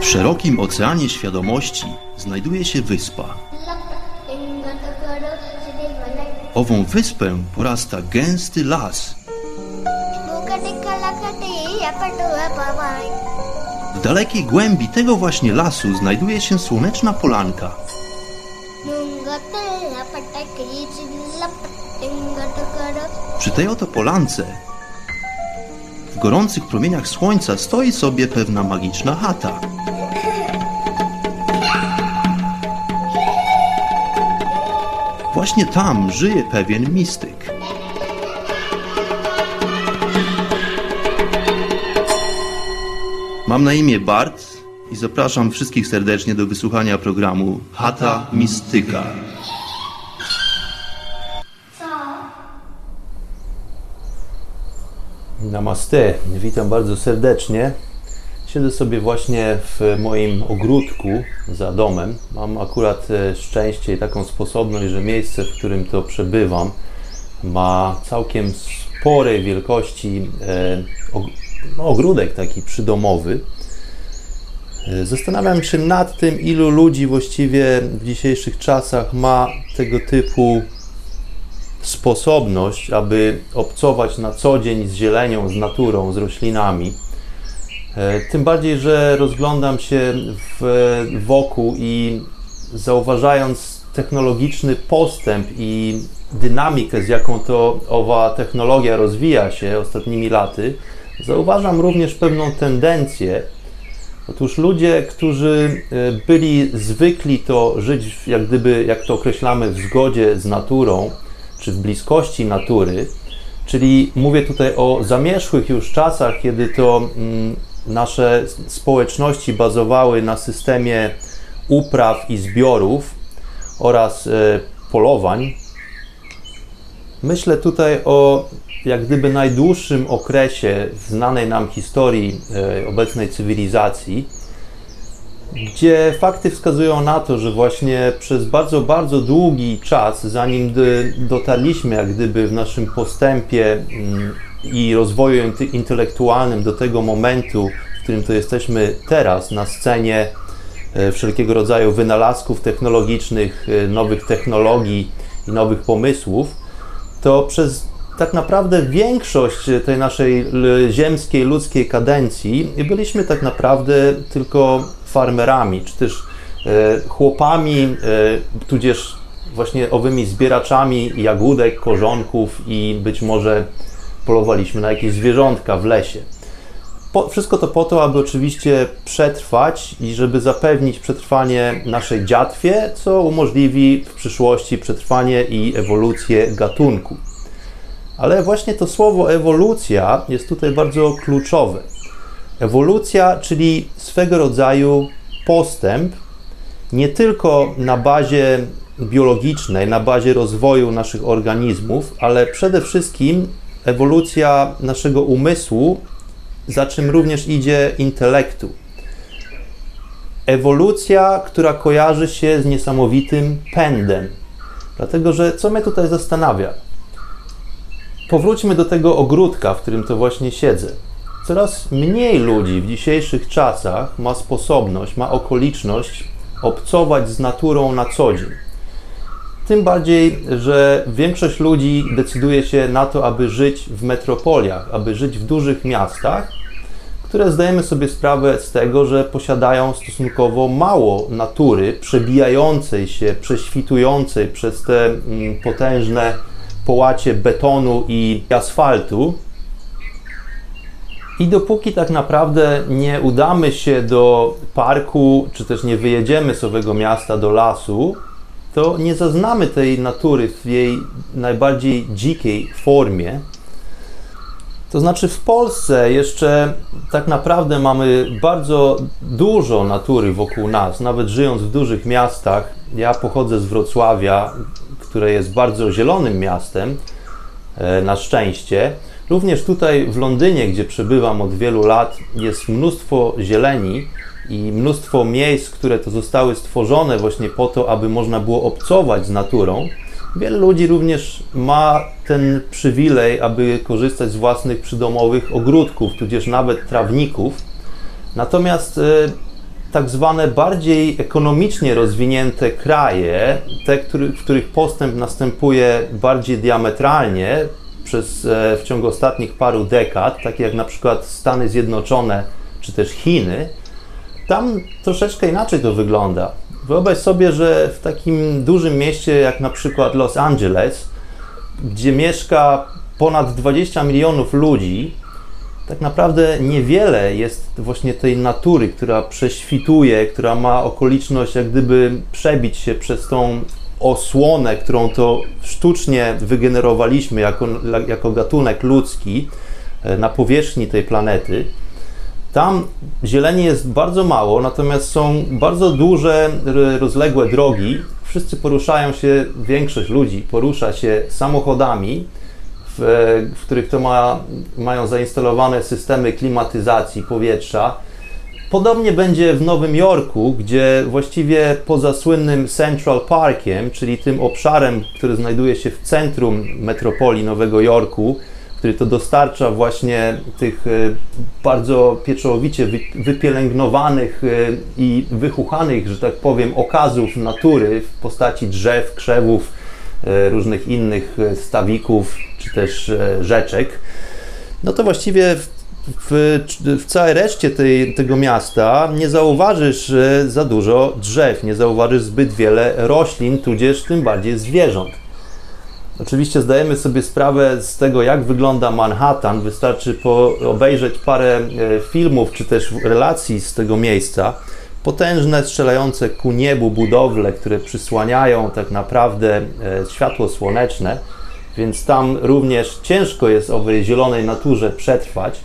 szerokim oceanie świadomości znajduje się wyspa. Ową wyspę porasta gęsty las. W dalekiej głębi tego właśnie lasu znajduje się słoneczna polanka. Przy tej oto polance w gorących promieniach słońca stoi sobie pewna magiczna chata. Właśnie tam żyje pewien mistyk. Mam na imię Bart i zapraszam wszystkich serdecznie do wysłuchania programu Chata Mistyka. Namaste, witam bardzo serdecznie. Siedzę sobie właśnie w moim ogródku za domem. Mam akurat szczęście i taką sposobność, że miejsce, w którym to przebywam, ma całkiem sporej wielkości ogródek taki przydomowy. Zastanawiam się nad tym, ilu ludzi właściwie w dzisiejszych czasach ma tego typu sposobność, aby obcować na co dzień z zielenią, z naturą, z roślinami. Tym bardziej, że rozglądam się wokół i zauważając technologiczny postęp i dynamikę, z jaką to owa technologia rozwija się ostatnimi laty, zauważam również pewną tendencję. Otóż ludzie, którzy byli zwykli to żyć, jak gdyby, jak to określamy, w zgodzie z naturą, czy w bliskości natury, czyli mówię tutaj o zamierzchłych już czasach, kiedy to nasze społeczności bazowały na systemie upraw i zbiorów oraz polowań. Myślę tutaj o jak gdyby najdłuższym okresie w znanej nam historii obecnej cywilizacji, gdzie fakty wskazują na to, że właśnie przez bardzo, bardzo długi czas, zanim dotarliśmy jak gdyby w naszym postępie i rozwoju intelektualnym do tego momentu, w którym to jesteśmy teraz na scenie wszelkiego rodzaju wynalazków technologicznych, nowych technologii i nowych pomysłów, to przez tak naprawdę większość tej naszej ziemskiej, ludzkiej kadencji byliśmy tak naprawdę tylko farmerami, czy też chłopami, tudzież właśnie owymi zbieraczami jagódek, korzonków i być może polowaliśmy na jakieś zwierzątka w lesie. Wszystko to po to, aby oczywiście przetrwać i żeby zapewnić przetrwanie naszej dziatwie, co umożliwi w przyszłości przetrwanie i ewolucję gatunku. Ale właśnie to słowo ewolucja jest tutaj bardzo kluczowe. Ewolucja, czyli swego rodzaju postęp, nie tylko na bazie biologicznej, na bazie rozwoju naszych organizmów, ale przede wszystkim ewolucja naszego umysłu, za czym również idzie intelektu. Ewolucja, która kojarzy się z niesamowitym pędem. Dlatego, że co mnie tutaj zastanawia? Powróćmy do tego ogródka, w którym to właśnie siedzę. Coraz mniej ludzi w dzisiejszych czasach ma sposobność, ma okoliczność obcować z naturą na co dzień. Tym bardziej, że większość ludzi decyduje się na to, aby żyć w metropoliach, aby żyć w dużych miastach, które zdajemy sobie sprawę z tego, że posiadają stosunkowo mało natury przebijającej się, prześwitującej przez te potężne połacie betonu i asfaltu. I dopóki tak naprawdę nie udamy się do parku, czy też nie wyjedziemy z owego miasta do lasu, to nie zaznamy tej natury w jej najbardziej dzikiej formie. To znaczy w Polsce jeszcze tak naprawdę mamy bardzo dużo natury wokół nas, nawet żyjąc w dużych miastach. Ja pochodzę z Wrocławia, które jest bardzo zielonym miastem, na szczęście. Również tutaj w Londynie, gdzie przebywam od wielu lat, jest mnóstwo zieleni i mnóstwo miejsc, które to zostały stworzone właśnie po to, aby można było obcować z naturą. Wiele ludzi również ma ten przywilej, aby korzystać z własnych przydomowych ogródków, tudzież nawet trawników. Natomiast tak zwane bardziej ekonomicznie rozwinięte kraje, te, w których postęp następuje bardziej diametralnie w ciągu ostatnich paru dekad, takie jak na przykład Stany Zjednoczone czy też Chiny, tam troszeczkę inaczej to wygląda. Wyobraź sobie, że w takim dużym mieście jak na przykład Los Angeles, gdzie mieszka ponad 20 milionów ludzi, tak naprawdę niewiele jest właśnie tej natury, która prześwituje, która ma okoliczność jak gdyby przebić się przez tą osłonę, którą to sztucznie wygenerowaliśmy jako gatunek ludzki na powierzchni tej planety. Tam zieleni jest bardzo mało, natomiast są bardzo duże, rozległe drogi. Wszyscy poruszają się, większość ludzi porusza się samochodami, w których to mają zainstalowane systemy klimatyzacji powietrza. Podobnie będzie w Nowym Jorku, gdzie właściwie poza słynnym Central Parkiem, czyli tym obszarem, który znajduje się w centrum metropolii Nowego Jorku, który to dostarcza właśnie tych bardzo pieczołowicie wypielęgnowanych i wychuchanych, że tak powiem, okazów natury w postaci drzew, krzewów, różnych innych stawików czy też rzeczek, no to właściwie w całej reszcie tego miasta nie zauważysz za dużo drzew, nie zauważysz zbyt wiele roślin, tudzież tym bardziej zwierząt. Oczywiście zdajemy sobie sprawę z tego, jak wygląda Manhattan. Wystarczy obejrzeć parę filmów czy też relacji z tego miejsca. Potężne, strzelające ku niebu budowle, które przysłaniają tak naprawdę światło słoneczne, więc tam również ciężko jest owej zielonej naturze przetrwać.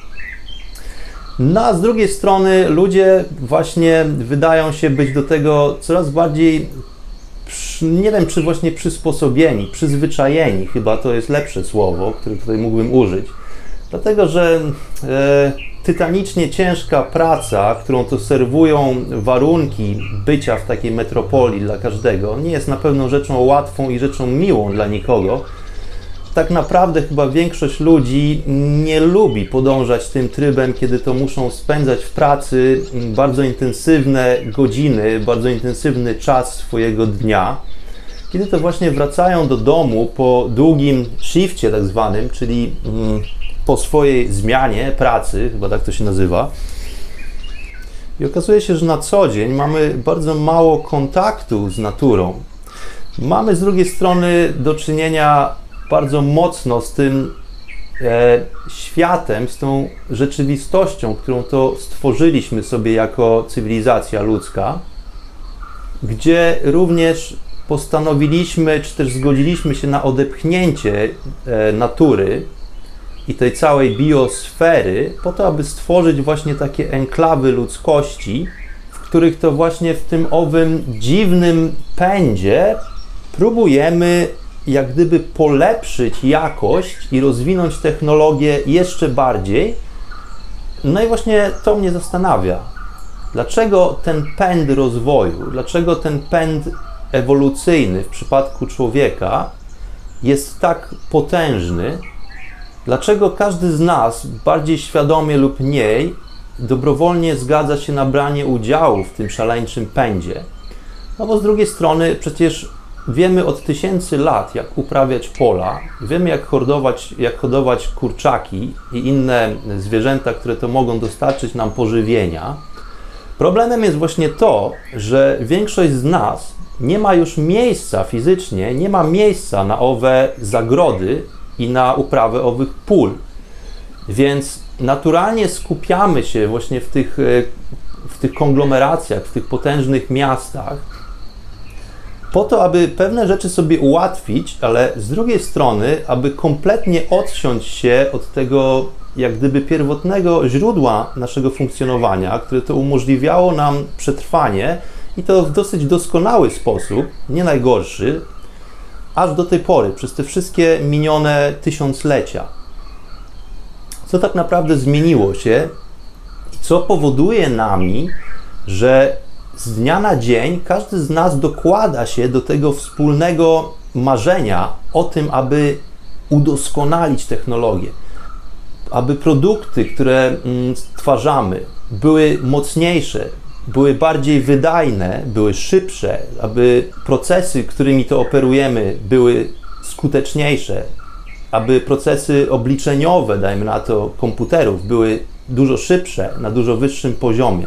No a z drugiej strony ludzie właśnie wydają się być do tego coraz bardziej, nie wiem, czy właśnie przysposobieni, przyzwyczajeni, chyba to jest lepsze słowo, które tutaj mógłbym użyć, dlatego że tytanicznie ciężka praca, którą to serwują warunki bycia w takiej metropolii dla każdego, nie jest na pewno rzeczą łatwą i rzeczą miłą dla nikogo. Tak naprawdę chyba większość ludzi nie lubi podążać tym trybem, kiedy to muszą spędzać w pracy bardzo intensywne godziny, bardzo intensywny czas swojego dnia. Kiedy to właśnie wracają do domu po długim shifcie tak zwanym, czyli po swojej zmianie pracy, chyba tak to się nazywa. I okazuje się, że na co dzień mamy bardzo mało kontaktu z naturą. Mamy z drugiej strony do czynienia bardzo mocno z tym światem, z tą rzeczywistością, którą to stworzyliśmy sobie jako cywilizacja ludzka, gdzie również postanowiliśmy, czy też zgodziliśmy się na odepchnięcie natury i tej całej biosfery po to, aby stworzyć właśnie takie enklawy ludzkości, w których to właśnie w tym owym dziwnym pędzie próbujemy jak gdyby polepszyć jakość i rozwinąć technologię jeszcze bardziej. No i właśnie to mnie zastanawia. Dlaczego ten pęd rozwoju, dlaczego ten pęd ewolucyjny w przypadku człowieka jest tak potężny? Dlaczego każdy z nas, bardziej świadomie lub mniej, dobrowolnie zgadza się na branie udziału w tym szaleńczym pędzie? No bo z drugiej strony przecież wiemy od tysięcy lat, jak uprawiać pola, wiemy jak hodować kurczaki i inne zwierzęta, które to mogą dostarczyć nam pożywienia. Problemem jest właśnie to, że większość z nas nie ma już miejsca fizycznie, nie ma miejsca na owe zagrody i na uprawę owych pól. Więc naturalnie skupiamy się właśnie w tych konglomeracjach, w tych potężnych miastach, po to, aby pewne rzeczy sobie ułatwić, ale z drugiej strony, aby kompletnie odciąć się od tego jak gdyby pierwotnego źródła naszego funkcjonowania, które to umożliwiało nam przetrwanie i to w dosyć doskonały sposób, nie najgorszy, aż do tej pory, przez te wszystkie minione tysiąclecia. Co tak naprawdę zmieniło się i co powoduje nami, że z dnia na dzień każdy z nas dokłada się do tego wspólnego marzenia o tym, aby udoskonalić technologię, aby produkty, które stwarzamy, były mocniejsze, były bardziej wydajne, były szybsze, aby procesy, którymi to operujemy, były skuteczniejsze, aby procesy obliczeniowe, dajmy na to, komputerów były dużo szybsze, na dużo wyższym poziomie.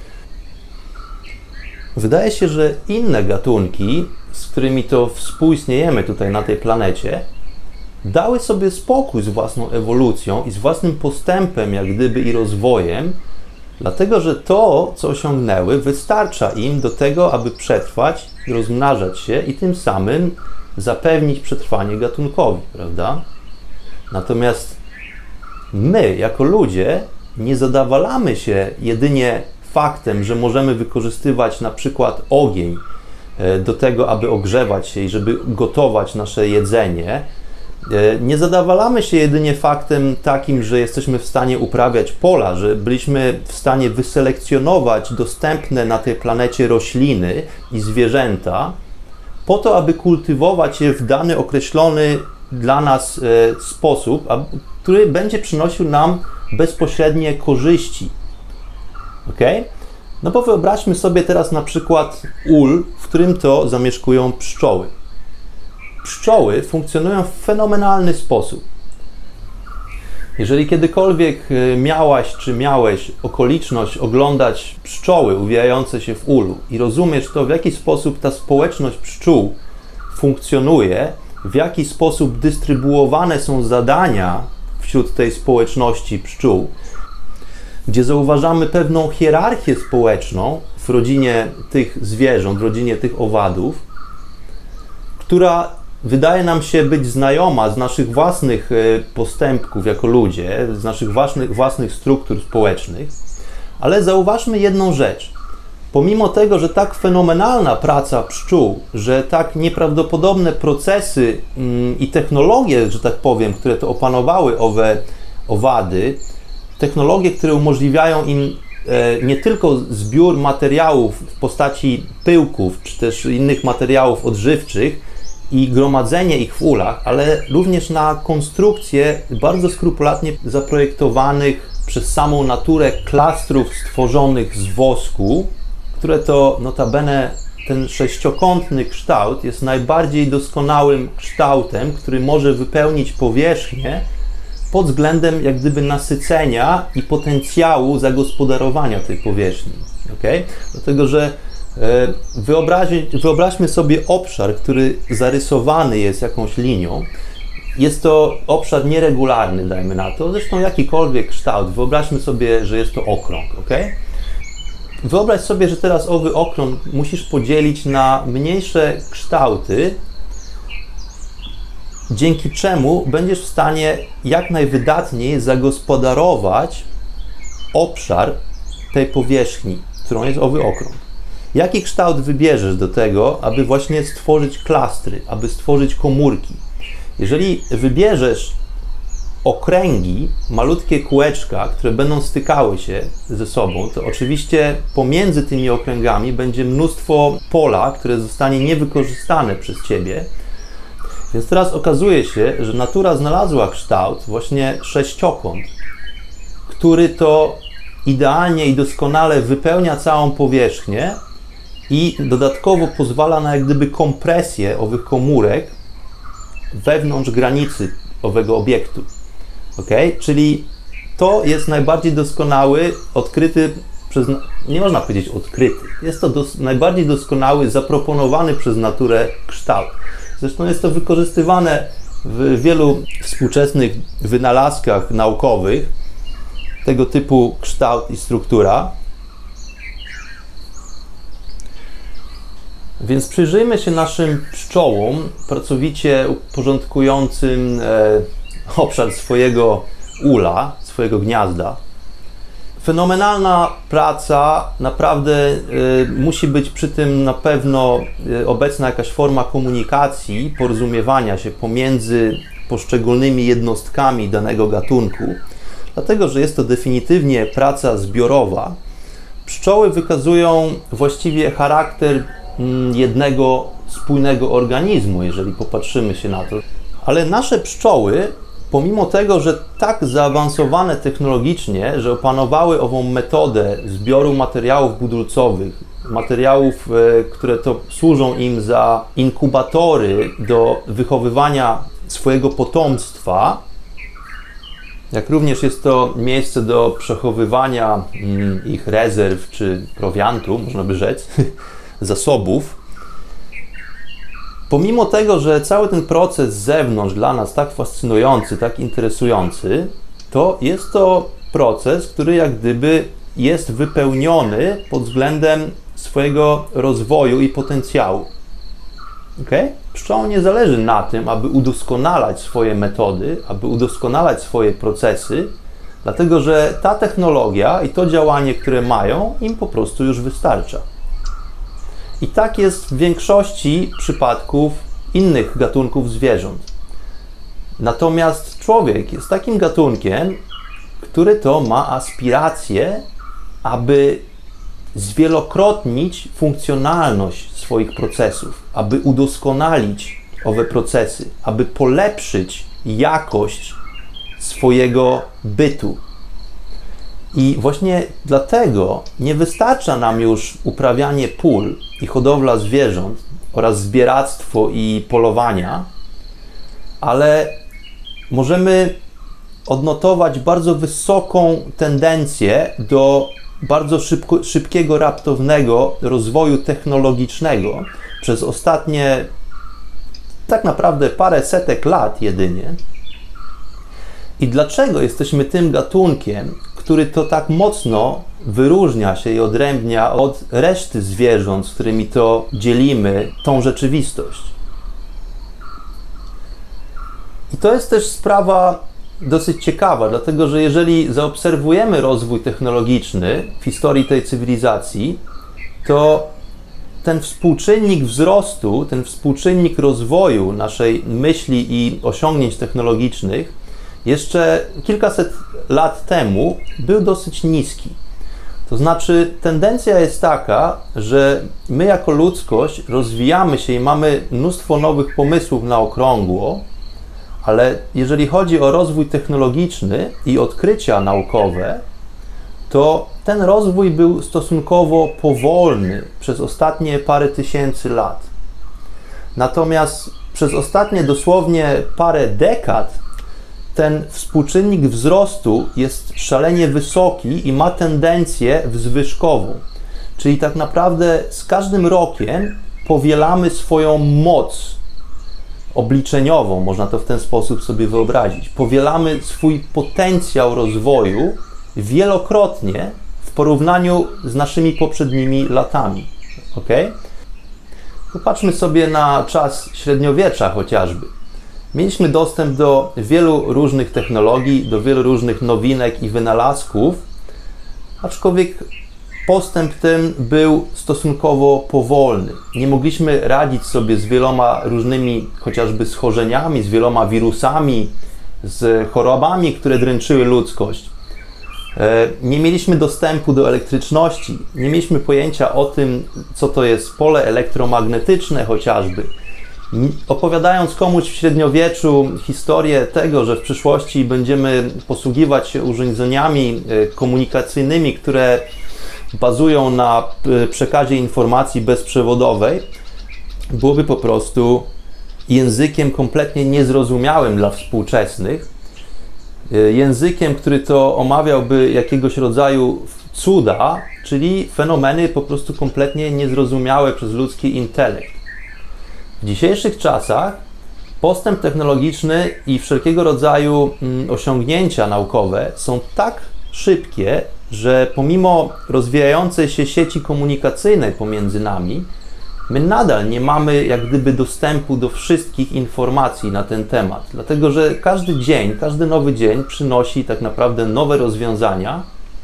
Wydaje się, że inne gatunki, z którymi to współistniejemy tutaj na tej planecie, dały sobie spokój z własną ewolucją i z własnym postępem, jak gdyby i rozwojem, dlatego że to, co osiągnęły, wystarcza im do tego, aby przetrwać, rozmnażać się i tym samym zapewnić przetrwanie gatunkowi, prawda? Natomiast my, jako ludzie, nie zadawalamy się jedynie faktem, że możemy wykorzystywać na przykład ogień do tego, aby ogrzewać się i żeby gotować nasze jedzenie. Nie zadawalamy się jedynie faktem takim, że jesteśmy w stanie uprawiać pola, że byliśmy w stanie wyselekcjonować dostępne na tej planecie rośliny i zwierzęta po to, aby kultywować je w dany określony dla nas sposób, który będzie przynosił nam bezpośrednie korzyści. Ok? No bo wyobraźmy sobie teraz na przykład ul, w którym to zamieszkują pszczoły. Pszczoły funkcjonują w fenomenalny sposób. Jeżeli kiedykolwiek miałaś czy miałeś okoliczność oglądać pszczoły uwijające się w ulu i rozumiesz to, w jaki sposób ta społeczność pszczół funkcjonuje, w jaki sposób dystrybuowane są zadania wśród tej społeczności pszczół, gdzie zauważamy pewną hierarchię społeczną w rodzinie tych zwierząt, w rodzinie tych owadów, która wydaje nam się być znajoma z naszych własnych postępków jako ludzie, z naszych własnych struktur społecznych, ale zauważmy jedną rzecz. Pomimo tego, że tak fenomenalna praca pszczół, że tak nieprawdopodobne procesy i technologie, że tak powiem, które to opanowały owe owady, technologie, które umożliwiają im nie tylko zbiór materiałów w postaci pyłków, czy też innych materiałów odżywczych i gromadzenie ich w ulach, ale również na konstrukcję bardzo skrupulatnie zaprojektowanych przez samą naturę klastrów stworzonych z wosku, które to notabene ten sześciokątny kształt jest najbardziej doskonałym kształtem, który może wypełnić powierzchnię pod względem jak gdyby nasycenia i potencjału zagospodarowania tej powierzchni. Okay? Dlatego, że wyobraźmy sobie obszar, który zarysowany jest jakąś linią. Jest to obszar nieregularny, dajmy na to, zresztą jakikolwiek kształt. Wyobraźmy sobie, że jest to okrąg. Okay? Wyobraź sobie, że teraz owy okrąg musisz podzielić na mniejsze kształty, dzięki czemu będziesz w stanie jak najwydatniej zagospodarować obszar tej powierzchni, którą jest owy okrąg. Jaki kształt wybierzesz do tego, aby właśnie stworzyć klastry, aby stworzyć komórki? Jeżeli wybierzesz okręgi, malutkie kółeczka, które będą stykały się ze sobą, to oczywiście pomiędzy tymi okręgami będzie mnóstwo pola, które zostanie niewykorzystane przez Ciebie. Więc teraz okazuje się, że natura znalazła kształt, właśnie sześciokąt, który to idealnie i doskonale wypełnia całą powierzchnię i dodatkowo pozwala na jak gdyby kompresję owych komórek wewnątrz granicy owego obiektu. Okay? Czyli to jest najbardziej doskonały, odkryty przez, nie można powiedzieć odkryty, jest to najbardziej doskonały, zaproponowany przez naturę kształt. Zresztą jest to wykorzystywane w wielu współczesnych wynalazkach naukowych, tego typu kształt i struktura. Więc przyjrzyjmy się naszym pszczołom, pracowicie porządkującym obszar swojego ula, swojego gniazda. Fenomenalna praca, naprawdę musi być przy tym na pewno obecna jakaś forma komunikacji, porozumiewania się pomiędzy poszczególnymi jednostkami danego gatunku, dlatego że jest to definitywnie praca zbiorowa. Pszczoły wykazują właściwie charakter jednego spójnego organizmu, jeżeli popatrzymy się na to. Ale nasze pszczoły pomimo tego, że tak zaawansowane technologicznie, że opanowały ową metodę zbioru materiałów budulcowych, materiałów, które to służą im za inkubatory do wychowywania swojego potomstwa, jak również jest to miejsce do przechowywania ich rezerw czy prowiantu, można by rzec, zasobów. Pomimo tego, że cały ten proces z zewnątrz dla nas tak fascynujący, tak interesujący, to jest to proces, który jak gdyby jest wypełniony pod względem swojego rozwoju i potencjału. Okay? Pszczołom nie zależy na tym, aby udoskonalać swoje metody, aby udoskonalać swoje procesy, dlatego że ta technologia i to działanie, które mają, im po prostu już wystarcza. I tak jest w większości przypadków innych gatunków zwierząt. Natomiast człowiek jest takim gatunkiem, który to ma aspiracje, aby zwielokrotnić funkcjonalność swoich procesów, aby udoskonalić owe procesy, aby polepszyć jakość swojego bytu. I właśnie dlatego nie wystarcza nam już uprawianie pól i hodowla zwierząt oraz zbieractwo i polowania, ale możemy odnotować bardzo wysoką tendencję do bardzo szybkiego, raptownego rozwoju technologicznego przez ostatnie tak naprawdę parę setek lat jedynie. I dlaczego jesteśmy tym gatunkiem, który to tak mocno wyróżnia się i odrębnia od reszty zwierząt, z którymi to dzielimy tą rzeczywistość? I to jest też sprawa dosyć ciekawa, dlatego że jeżeli zaobserwujemy rozwój technologiczny w historii tej cywilizacji, to ten współczynnik wzrostu, ten współczynnik rozwoju naszej myśli i osiągnięć technologicznych jeszcze kilkaset lat temu był dosyć niski. To znaczy tendencja jest taka, że my jako ludzkość rozwijamy się i mamy mnóstwo nowych pomysłów na okrągło, ale jeżeli chodzi o rozwój technologiczny i odkrycia naukowe, to ten rozwój był stosunkowo powolny przez ostatnie parę tysięcy lat. Natomiast przez ostatnie dosłownie parę dekad ten współczynnik wzrostu jest szalenie wysoki i ma tendencję wzwyżkową. Czyli tak naprawdę z każdym rokiem powielamy swoją moc obliczeniową, można to w ten sposób sobie wyobrazić. Powielamy swój potencjał rozwoju wielokrotnie w porównaniu z naszymi poprzednimi latami. Okay? Popatrzmy sobie na czas średniowiecza chociażby. Mieliśmy dostęp do wielu różnych technologii, do wielu różnych nowinek i wynalazków, aczkolwiek postęp ten był stosunkowo powolny. Nie mogliśmy radzić sobie z wieloma różnymi chociażby schorzeniami, z wieloma wirusami, z chorobami, które dręczyły ludzkość. Nie mieliśmy dostępu do elektryczności, nie mieliśmy pojęcia o tym, co to jest pole elektromagnetyczne chociażby. Opowiadając komuś w średniowieczu historię tego, że w przyszłości będziemy posługiwać się urządzeniami komunikacyjnymi, które bazują na przekazie informacji bezprzewodowej, byłoby po prostu językiem kompletnie niezrozumiałym dla współczesnych, językiem, który to omawiałby jakiegoś rodzaju cuda, czyli fenomeny po prostu kompletnie niezrozumiałe przez ludzki intelekt. W dzisiejszych czasach postęp technologiczny i wszelkiego rodzaju osiągnięcia naukowe są tak szybkie, że pomimo rozwijającej się sieci komunikacyjnej pomiędzy nami, my nadal nie mamy jak gdyby dostępu do wszystkich informacji na ten temat. Dlatego, że każdy dzień, każdy nowy dzień przynosi tak naprawdę nowe rozwiązania.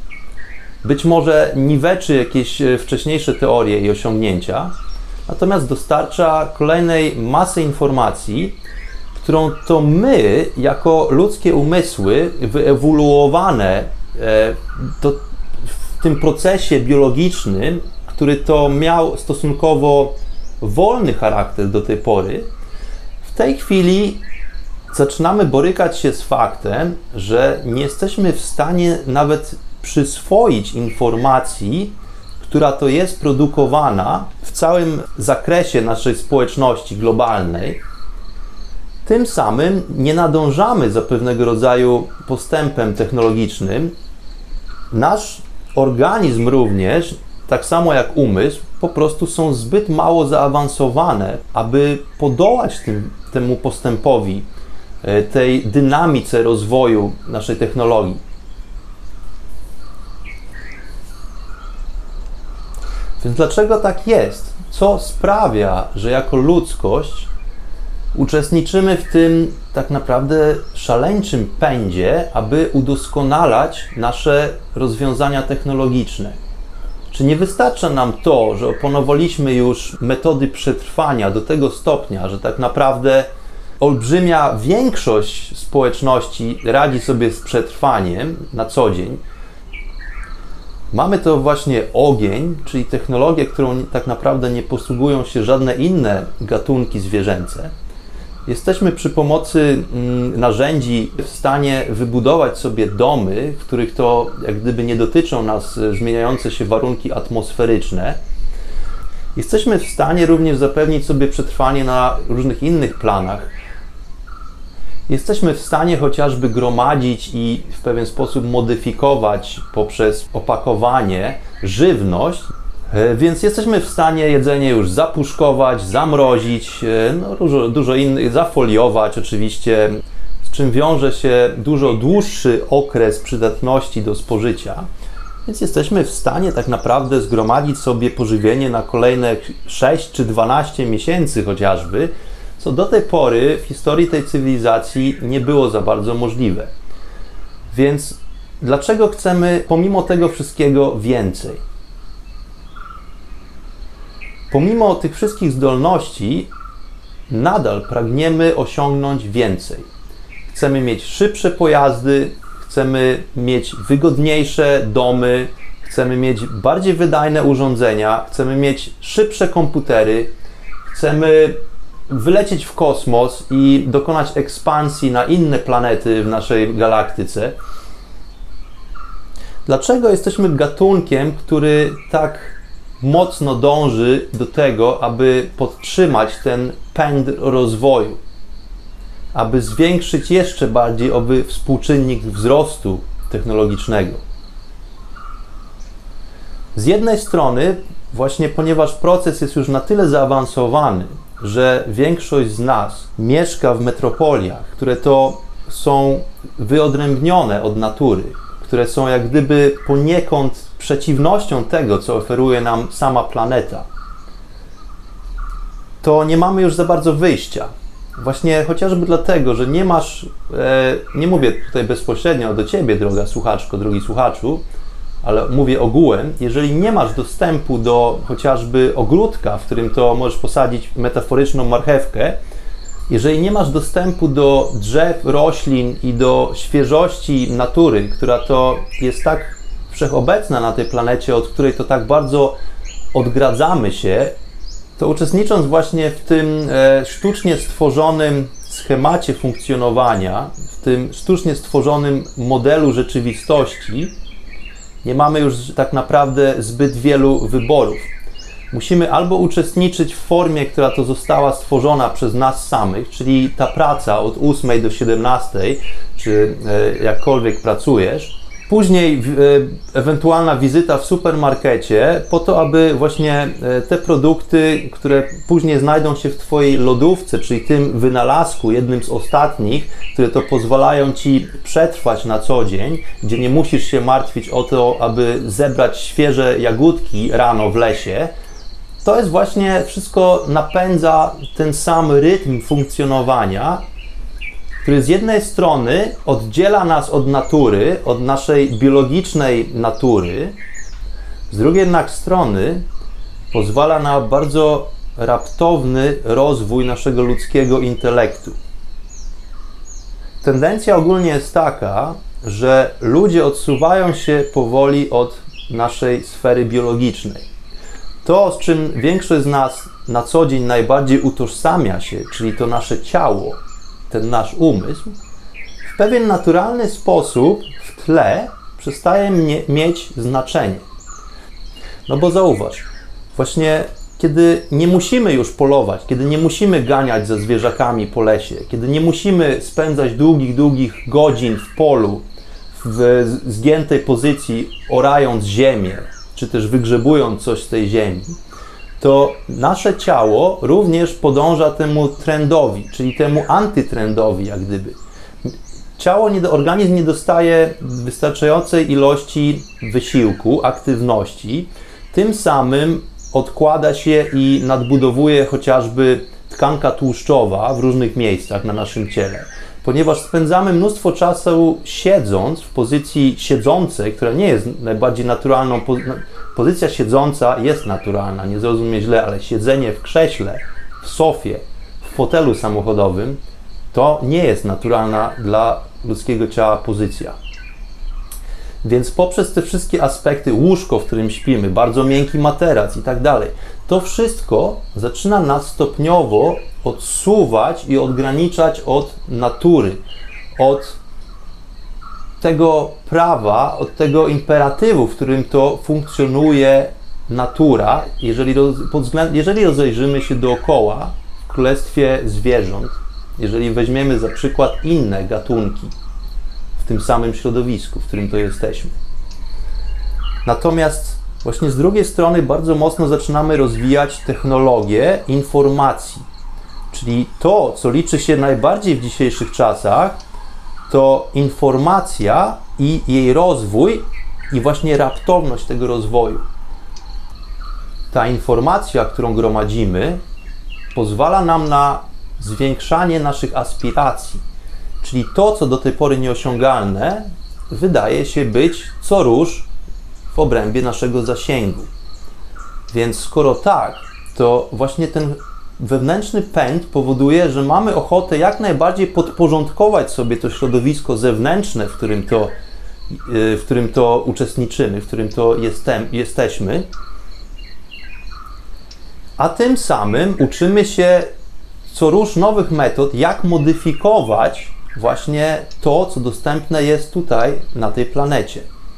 Być może niweczy jakieś wcześniejsze teorie i osiągnięcia, natomiast dostarcza kolejnej masy informacji, którą to my, jako ludzkie umysły wyewoluowane w tym procesie biologicznym, który to miał stosunkowo wolny charakter do tej pory, w tej chwili zaczynamy borykać się z faktem, że nie jesteśmy w stanie nawet przyswoić informacji, która to jest produkowana w całym zakresie naszej społeczności globalnej. Tym samym nie nadążamy za pewnego rodzaju postępem technologicznym. Nasz organizm również, tak samo jak umysł, po prostu są zbyt mało zaawansowane, aby podołać temu postępowi, tej dynamice rozwoju naszej technologii. Więc dlaczego tak jest? Co sprawia, że jako ludzkość uczestniczymy w tym tak naprawdę szaleńczym pędzie, aby udoskonalać nasze rozwiązania technologiczne? Czy nie wystarcza nam to, że opanowaliśmy już metody przetrwania do tego stopnia, że tak naprawdę olbrzymia większość społeczności radzi sobie z przetrwaniem na co dzień? Mamy to właśnie ogień, czyli technologię, którą tak naprawdę nie posługują się żadne inne gatunki zwierzęce. Jesteśmy przy pomocy narzędzi w stanie wybudować sobie domy, w których to jak gdyby nie dotyczą nas zmieniające się warunki atmosferyczne. Jesteśmy w stanie również zapewnić sobie przetrwanie na różnych innych planach. Jesteśmy w stanie chociażby gromadzić i w pewien sposób modyfikować poprzez opakowanie żywność, więc jesteśmy w stanie jedzenie już zapuszkować, zamrozić, dużo innych, zafoliować oczywiście, z czym wiąże się dużo dłuższy okres przydatności do spożycia. Więc jesteśmy w stanie tak naprawdę zgromadzić sobie pożywienie na kolejne 6 czy 12 miesięcy chociażby, co do tej pory w historii tej cywilizacji nie było za bardzo możliwe. Więc dlaczego chcemy pomimo tego wszystkiego więcej? Pomimo tych wszystkich zdolności nadal pragniemy osiągnąć więcej. Chcemy mieć szybsze pojazdy, chcemy mieć wygodniejsze domy, chcemy mieć bardziej wydajne urządzenia, chcemy mieć szybsze komputery, chcemy wylecieć w kosmos i dokonać ekspansji na inne planety w naszej galaktyce. Dlaczego jesteśmy gatunkiem, który tak mocno dąży do tego, aby podtrzymać ten pęd rozwoju, aby zwiększyć jeszcze bardziej owy współczynnik wzrostu technologicznego? Z jednej strony, właśnie ponieważ proces jest już na tyle zaawansowany, że większość z nas mieszka w metropoliach, które to są wyodrębnione od natury, które są jak gdyby poniekąd przeciwnością tego, co oferuje nam sama planeta, to nie mamy już za bardzo wyjścia. Właśnie chociażby dlatego, że nie masz, nie mówię tutaj bezpośrednio do Ciebie, droga słuchaczko, drogi słuchaczu, ale mówię ogółem, jeżeli nie masz dostępu do chociażby ogródka, w którym to możesz posadzić metaforyczną marchewkę, jeżeli nie masz dostępu do drzew, roślin i do świeżości natury, która to jest tak wszechobecna na tej planecie, od której to tak bardzo odgradzamy się, to uczestnicząc właśnie w tym sztucznie stworzonym schemacie funkcjonowania, w tym sztucznie stworzonym modelu rzeczywistości, nie mamy już tak naprawdę zbyt wielu wyborów. Musimy albo uczestniczyć w formie, która to została stworzona przez nas samych, czyli ta praca od 8 do 17, czy jakkolwiek pracujesz, później ewentualna wizyta w supermarkecie po to, aby właśnie te produkty, które później znajdą się w Twojej lodówce, czyli tym wynalazku, jednym z ostatnich, które to pozwalają Ci przetrwać na co dzień, gdzie nie musisz się martwić o to, aby zebrać świeże jagódki rano w lesie, to jest właśnie wszystko napędza ten sam rytm funkcjonowania, który z jednej strony oddziela nas od natury, od naszej biologicznej natury, z drugiej jednak strony pozwala na bardzo raptowny rozwój naszego ludzkiego intelektu. Tendencja ogólnie jest taka, że ludzie odsuwają się powoli od naszej sfery biologicznej. To, z czym większość z nas na co dzień najbardziej utożsamia się, czyli to nasze ciało, ten nasz umysł, w pewien naturalny sposób w tle przestaje mieć znaczenie. No bo zauważ, właśnie kiedy nie musimy już polować, kiedy nie musimy ganiać za zwierzakami po lesie, kiedy nie musimy spędzać długich godzin w polu, w zgiętej pozycji, orając ziemię, czy też wygrzebując coś z tej ziemi, to nasze ciało również podąża temu trendowi, czyli temu antytrendowi, jak gdyby. Organizm nie dostaje wystarczającej ilości wysiłku, aktywności, tym samym odkłada się i nadbudowuje chociażby tkanka tłuszczowa w różnych miejscach na naszym ciele. Ponieważ spędzamy mnóstwo czasu siedząc w pozycji siedzącej, która nie jest najbardziej naturalną. Pozycja siedząca jest naturalna, nie zrozumie źle, ale siedzenie w krześle, w sofie, w fotelu samochodowym to nie jest naturalna dla ludzkiego ciała pozycja. Więc poprzez te wszystkie aspekty, łóżko, w którym śpimy, bardzo miękki materac i tak dalej, to wszystko zaczyna nas stopniowo odsuwać i odgraniczać od natury, od tego prawa, od tego imperatywu, w którym to funkcjonuje natura. Jeżeli rozejrzymy się dookoła w królestwie zwierząt, jeżeli weźmiemy za przykład inne gatunki w tym samym środowisku, w którym to jesteśmy. Natomiast właśnie z drugiej strony bardzo mocno zaczynamy rozwijać technologię informacji. Czyli to, co liczy się najbardziej w dzisiejszych czasach, to informacja i jej rozwój i właśnie raptowność tego rozwoju. Ta informacja, którą gromadzimy, pozwala nam na zwiększanie naszych aspiracji. Czyli to, co do tej pory nieosiągalne, wydaje się być co róż w obrębie naszego zasięgu. Więc skoro tak, to właśnie ten wewnętrzny pęd powoduje, że mamy ochotę jak najbardziej podporządkować sobie to środowisko zewnętrzne, w którym to uczestniczymy, w którym to jesteśmy, a tym samym uczymy się co róż nowych metod, jak modyfikować właśnie to, co dostępne jest tutaj, na tej planecie.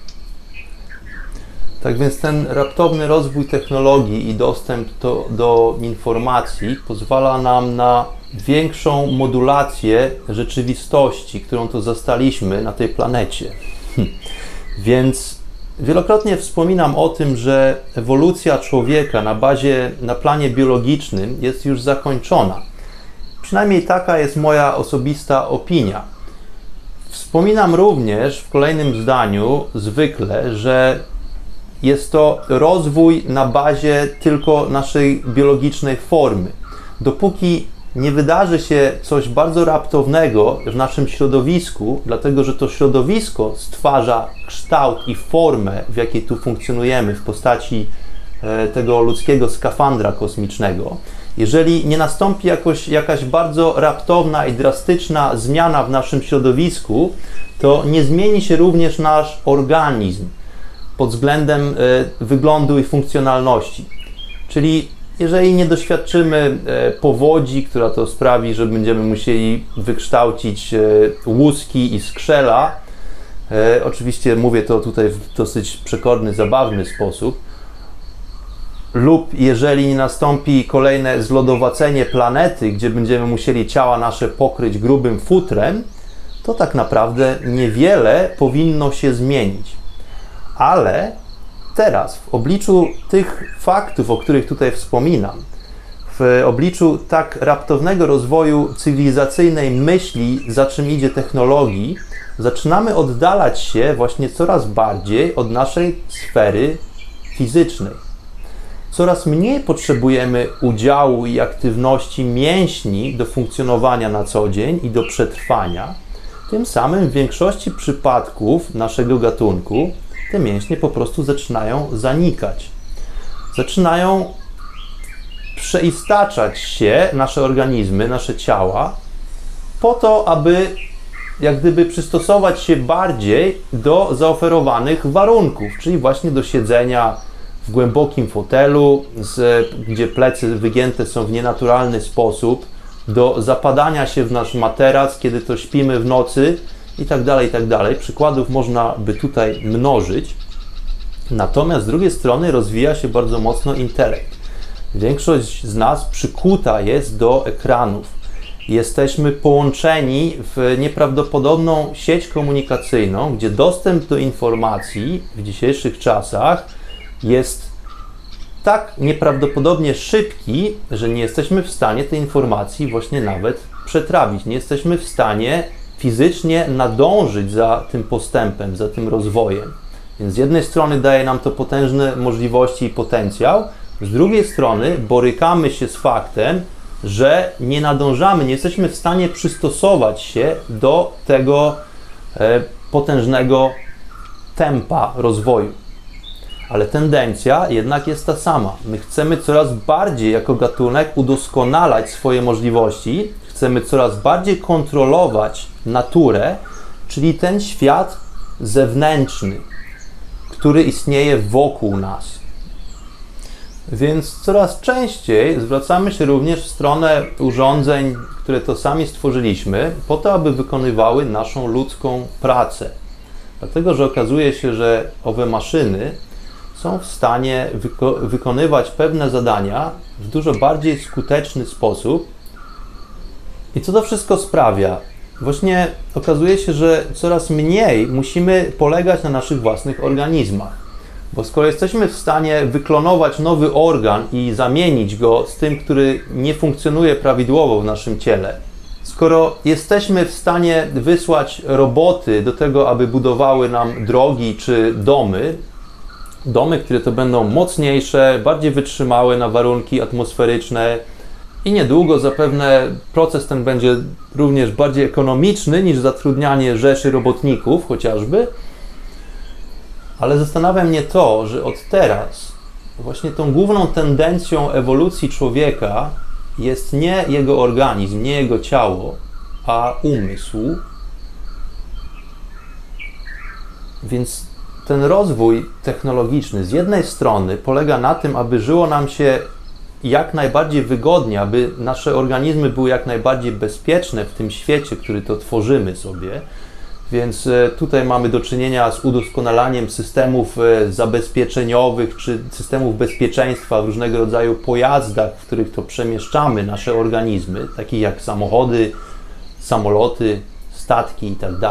Tak więc ten raptowny rozwój technologii i dostęp do informacji pozwala nam na większą modulację rzeczywistości, którą to zastaliśmy na tej planecie. Więc wielokrotnie wspominam o tym, że ewolucja człowieka na planie biologicznym jest już zakończona. Przynajmniej taka jest moja osobista opinia. Wspominam również w kolejnym zdaniu zwykle, że jest to rozwój na bazie tylko naszej biologicznej formy. Dopóki nie wydarzy się coś bardzo raptownego w naszym środowisku, dlatego że to środowisko stwarza kształt i formę, w jakiej tu funkcjonujemy w postaci tego ludzkiego skafandra kosmicznego, jeżeli nie nastąpi jakaś bardzo raptowna i drastyczna zmiana w naszym środowisku, to nie zmieni się również nasz organizm pod względem wyglądu i funkcjonalności. Czyli jeżeli nie doświadczymy powodzi, która to sprawi, że będziemy musieli wykształcić łuski i skrzela, oczywiście mówię to tutaj w dosyć przekorny, zabawny sposób, lub jeżeli nie nastąpi kolejne zlodowacenie planety, gdzie będziemy musieli ciała nasze pokryć grubym futrem, to tak naprawdę niewiele powinno się zmienić. Ale teraz, w obliczu tych faktów, o których tutaj wspominam, w obliczu tak raptownego rozwoju cywilizacyjnej myśli, za czym idzie technologii, zaczynamy oddalać się właśnie coraz bardziej od naszej sfery fizycznej. Coraz mniej potrzebujemy udziału i aktywności mięśni do funkcjonowania na co dzień i do przetrwania. Tym samym w większości przypadków naszego gatunku te mięśnie po prostu zaczynają zanikać. Zaczynają przeistaczać się nasze organizmy, nasze ciała po to, aby jak gdyby przystosować się bardziej do zaoferowanych warunków, czyli właśnie do siedzenia w głębokim fotelu, gdzie plecy wygięte są w nienaturalny sposób, do zapadania się w nasz materac, kiedy to śpimy w nocy i tak dalej, i tak dalej. Przykładów można by tutaj mnożyć. Natomiast z drugiej strony rozwija się bardzo mocno intelekt. Większość z nas przykuta jest do ekranów. Jesteśmy połączeni w nieprawdopodobną sieć komunikacyjną, gdzie dostęp do informacji w dzisiejszych czasach jest tak nieprawdopodobnie szybki, że nie jesteśmy w stanie tej informacji właśnie nawet przetrawić. Nie jesteśmy w stanie fizycznie nadążyć za tym postępem, za tym rozwojem. Więc z jednej strony daje nam to potężne możliwości i potencjał, z drugiej strony borykamy się z faktem, że nie nadążamy, nie jesteśmy w stanie przystosować się do tego potężnego tempa rozwoju. Ale tendencja jednak jest ta sama. My chcemy coraz bardziej jako gatunek udoskonalać swoje możliwości, chcemy coraz bardziej kontrolować naturę, czyli ten świat zewnętrzny, który istnieje wokół nas. Więc coraz częściej zwracamy się również w stronę urządzeń, które to sami stworzyliśmy, po to, aby wykonywały naszą ludzką pracę. Dlatego, że okazuje się, że owe maszyny są w stanie wykonywać pewne zadania w dużo bardziej skuteczny sposób. I co to wszystko sprawia? Właśnie okazuje się, że coraz mniej musimy polegać na naszych własnych organizmach. Bo skoro jesteśmy w stanie wyklonować nowy organ i zamienić go z tym, który nie funkcjonuje prawidłowo w naszym ciele, skoro jesteśmy w stanie wysłać roboty do tego, aby budowały nam drogi czy domy, które to będą mocniejsze, bardziej wytrzymałe na warunki atmosferyczne i niedługo zapewne proces ten będzie również bardziej ekonomiczny niż zatrudnianie rzeszy robotników chociażby. Ale zastanawia mnie to, że od teraz właśnie tą główną tendencją ewolucji człowieka jest nie jego organizm, nie jego ciało, a umysł. Więc ten rozwój technologiczny z jednej strony polega na tym, aby żyło nam się jak najbardziej wygodnie, aby nasze organizmy były jak najbardziej bezpieczne w tym świecie, który to tworzymy sobie. Więc tutaj mamy do czynienia z udoskonalaniem systemów zabezpieczeniowych czy systemów bezpieczeństwa w różnego rodzaju pojazdach, w których to przemieszczamy nasze organizmy, takie jak samochody, samoloty, statki itd.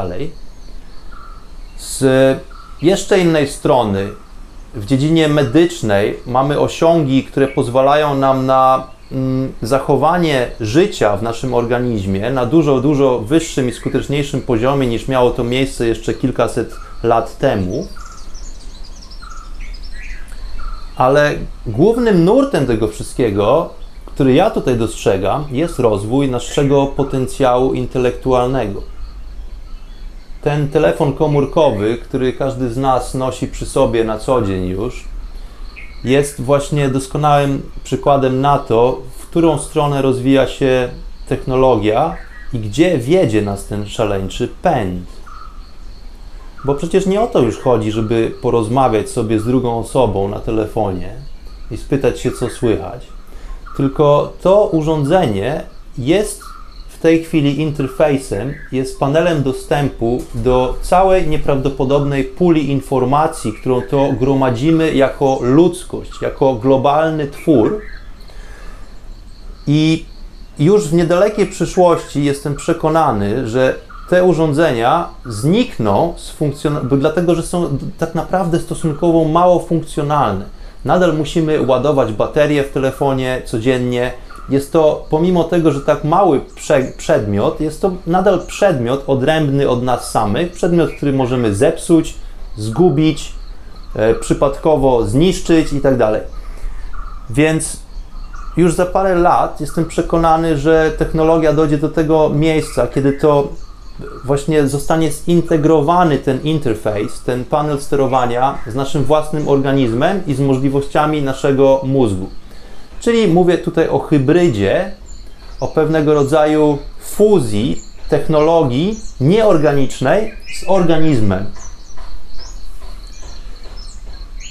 Z jeszcze innej strony, w dziedzinie medycznej mamy osiągi, które pozwalają nam na zachowanie życia w naszym organizmie na dużo wyższym i skuteczniejszym poziomie niż miało to miejsce jeszcze kilkaset lat temu. Ale głównym nurtem tego wszystkiego, który ja tutaj dostrzegam, jest rozwój naszego potencjału intelektualnego. Ten telefon komórkowy, który każdy z nas nosi przy sobie na co dzień już, jest właśnie doskonałym przykładem na to, w którą stronę rozwija się technologia i gdzie wiedzie nas ten szaleńczy pęd. Bo przecież nie o to już chodzi, żeby porozmawiać sobie z drugą osobą na telefonie i spytać się, co słychać. Tylko to urządzenie jest w tej chwili interfejsem, jest panelem dostępu do całej nieprawdopodobnej puli informacji, którą to gromadzimy jako ludzkość, jako globalny twór. I już w niedalekiej przyszłości jestem przekonany, że te urządzenia znikną dlatego, że są tak naprawdę stosunkowo mało funkcjonalne. Nadal musimy ładować baterię w telefonie codziennie. Jest to, pomimo tego, że tak mały przedmiot, jest to nadal przedmiot odrębny od nas samych, przedmiot, który możemy zepsuć, zgubić, przypadkowo zniszczyć itd. Więc już za parę lat jestem przekonany, że technologia dojdzie do tego miejsca, kiedy to właśnie zostanie zintegrowany ten interfejs, ten panel sterowania z naszym własnym organizmem i z możliwościami naszego mózgu. Czyli mówię tutaj o hybrydzie, o pewnego rodzaju fuzji technologii nieorganicznej z organizmem.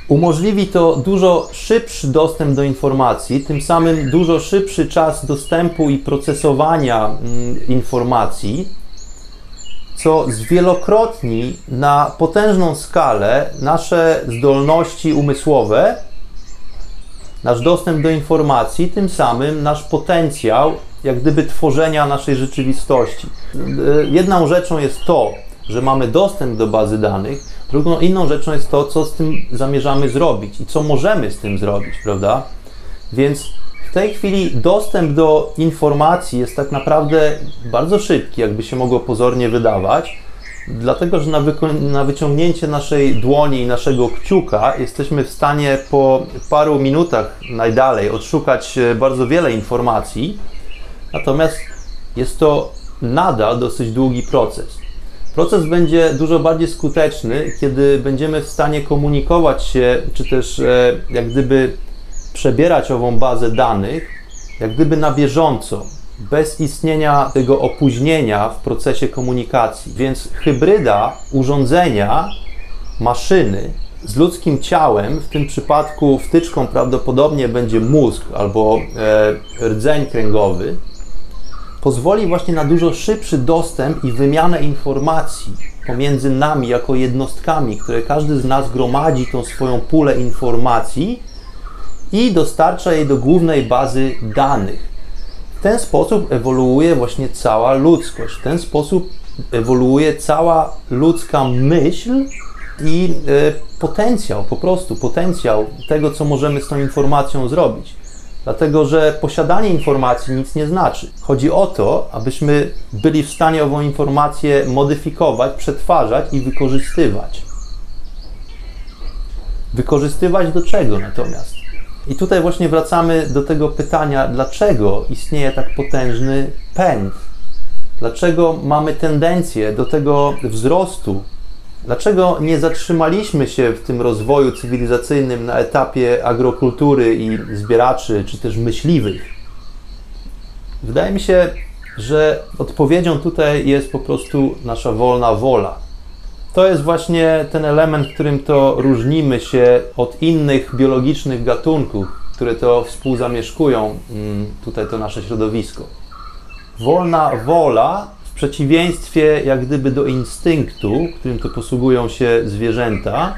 Umożliwi to dużo szybszy dostęp do informacji, tym samym dużo szybszy czas dostępu i procesowania informacji, co zwielokrotni na potężną skalę nasze zdolności umysłowe, nasz dostęp do informacji, tym samym nasz potencjał jak gdyby tworzenia naszej rzeczywistości. Jedną rzeczą jest to, że mamy dostęp do bazy danych, inną rzeczą jest to, co z tym zamierzamy zrobić i co możemy z tym zrobić, prawda? Więc w tej chwili dostęp do informacji jest tak naprawdę bardzo szybki, jakby się mogło pozornie wydawać, dlatego że na wyciągnięcie naszej dłoni i naszego kciuka jesteśmy w stanie po paru minutach najdalej odszukać bardzo wiele informacji, natomiast jest to nadal dosyć długi proces. Proces będzie dużo bardziej skuteczny, kiedy będziemy w stanie komunikować się, czy też jak gdyby przebierać ową bazę danych, jak gdyby na bieżąco, bez istnienia tego opóźnienia w procesie komunikacji. Więc hybryda urządzenia, maszyny z ludzkim ciałem, w tym przypadku wtyczką prawdopodobnie będzie mózg albo rdzeń kręgowy, pozwoli właśnie na dużo szybszy dostęp i wymianę informacji pomiędzy nami jako jednostkami, które każdy z nas gromadzi tą swoją pulę informacji i dostarcza jej do głównej bazy danych. W ten sposób ewoluuje właśnie cała ludzkość, w ten sposób ewoluuje cała ludzka myśl i potencjał, po prostu potencjał tego, co możemy z tą informacją zrobić. Dlatego, że posiadanie informacji nic nie znaczy. Chodzi o to, abyśmy byli w stanie ową informację modyfikować, przetwarzać i wykorzystywać. Wykorzystywać do czego natomiast? I tutaj właśnie wracamy do tego pytania, dlaczego istnieje tak potężny pęd? Dlaczego mamy tendencję do tego wzrostu? Dlaczego nie zatrzymaliśmy się w tym rozwoju cywilizacyjnym na etapie agrokultury i zbieraczy, czy też myśliwych? Wydaje mi się, że odpowiedzią tutaj jest po prostu nasza wolna wola. To jest właśnie ten element, w którym to różnimy się od innych biologicznych gatunków, które to współzamieszkują tutaj to nasze środowisko. Wolna wola w przeciwieństwie jak gdyby do instynktu, którym to posługują się zwierzęta,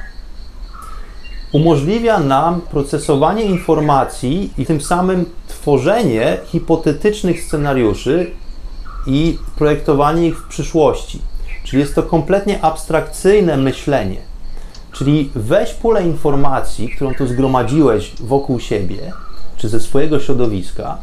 umożliwia nam procesowanie informacji i tym samym tworzenie hipotetycznych scenariuszy i projektowanie ich w przyszłości. Czyli jest to kompletnie abstrakcyjne myślenie. Czyli weź pulę informacji, którą tu zgromadziłeś wokół siebie, czy ze swojego środowiska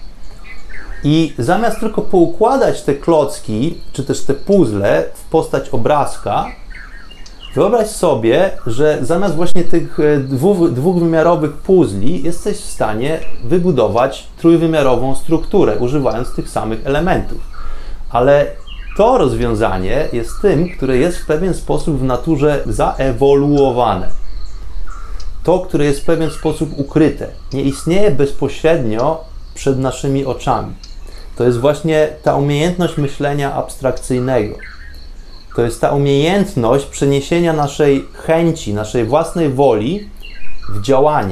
i zamiast tylko poukładać te klocki, czy też te puzzle w postać obrazka, wyobraź sobie, że zamiast właśnie tych dwuwymiarowych puzli jesteś w stanie wybudować trójwymiarową strukturę, używając tych samych elementów. Ale to rozwiązanie jest tym, które jest w pewien sposób w naturze zaewoluowane. To, które jest w pewien sposób ukryte, nie istnieje bezpośrednio przed naszymi oczami. To jest właśnie ta umiejętność myślenia abstrakcyjnego. To jest ta umiejętność przeniesienia naszej chęci, naszej własnej woli w działanie.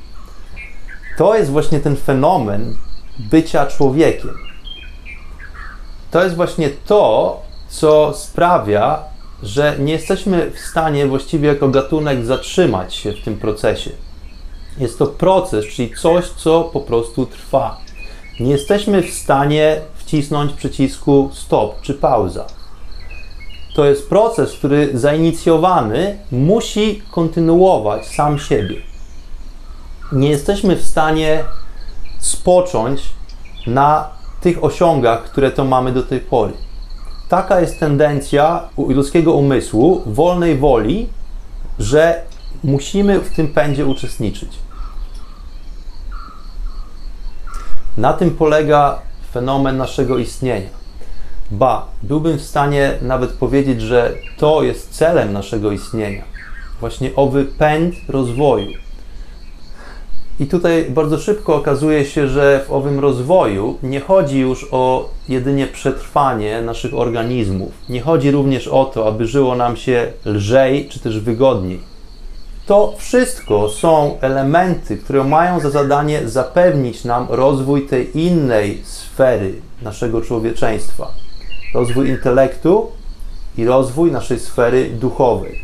To jest właśnie ten fenomen bycia człowiekiem. To jest właśnie to, co sprawia, że nie jesteśmy w stanie właściwie jako gatunek zatrzymać się w tym procesie. Jest to proces, czyli coś, co po prostu trwa. Nie jesteśmy w stanie wcisnąć przycisku stop czy pauza. To jest proces, który zainicjowany musi kontynuować sam siebie. Nie jesteśmy w stanie spocząć na tych osiągach, które to mamy do tej pory. Taka jest tendencja ludzkiego umysłu, wolnej woli, że musimy w tym pędzie uczestniczyć. Na tym polega fenomen naszego istnienia. Byłbym w stanie nawet powiedzieć, że to jest celem naszego istnienia. Właśnie owy pęd rozwoju. I tutaj bardzo szybko okazuje się, że w owym rozwoju nie chodzi już o jedynie przetrwanie naszych organizmów. Nie chodzi również o to, aby żyło nam się lżej czy też wygodniej. To wszystko są elementy, które mają za zadanie zapewnić nam rozwój tej innej sfery naszego człowieczeństwa. Rozwój intelektu i rozwój naszej sfery duchowej.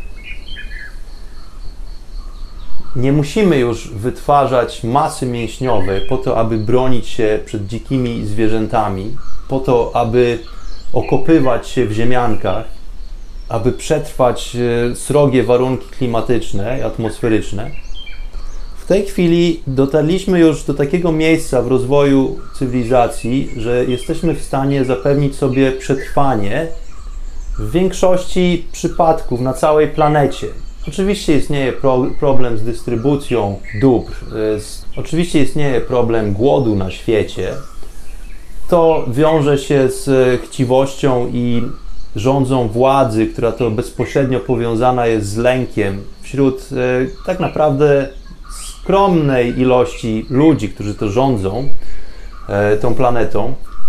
Nie musimy już wytwarzać masy mięśniowej po to, aby bronić się przed dzikimi zwierzętami, po to, aby okopywać się w ziemiankach, aby przetrwać srogie warunki klimatyczne i atmosferyczne. W tej chwili dotarliśmy już do takiego miejsca w rozwoju cywilizacji, że jesteśmy w stanie zapewnić sobie przetrwanie w większości przypadków na całej planecie. Oczywiście istnieje problem z dystrybucją dóbr, oczywiście istnieje problem głodu na świecie. To wiąże się z chciwością i rządzą władzy, która to bezpośrednio powiązana jest z lękiem wśród tak naprawdę skromnej ilości ludzi, którzy to rządzą tą planetą.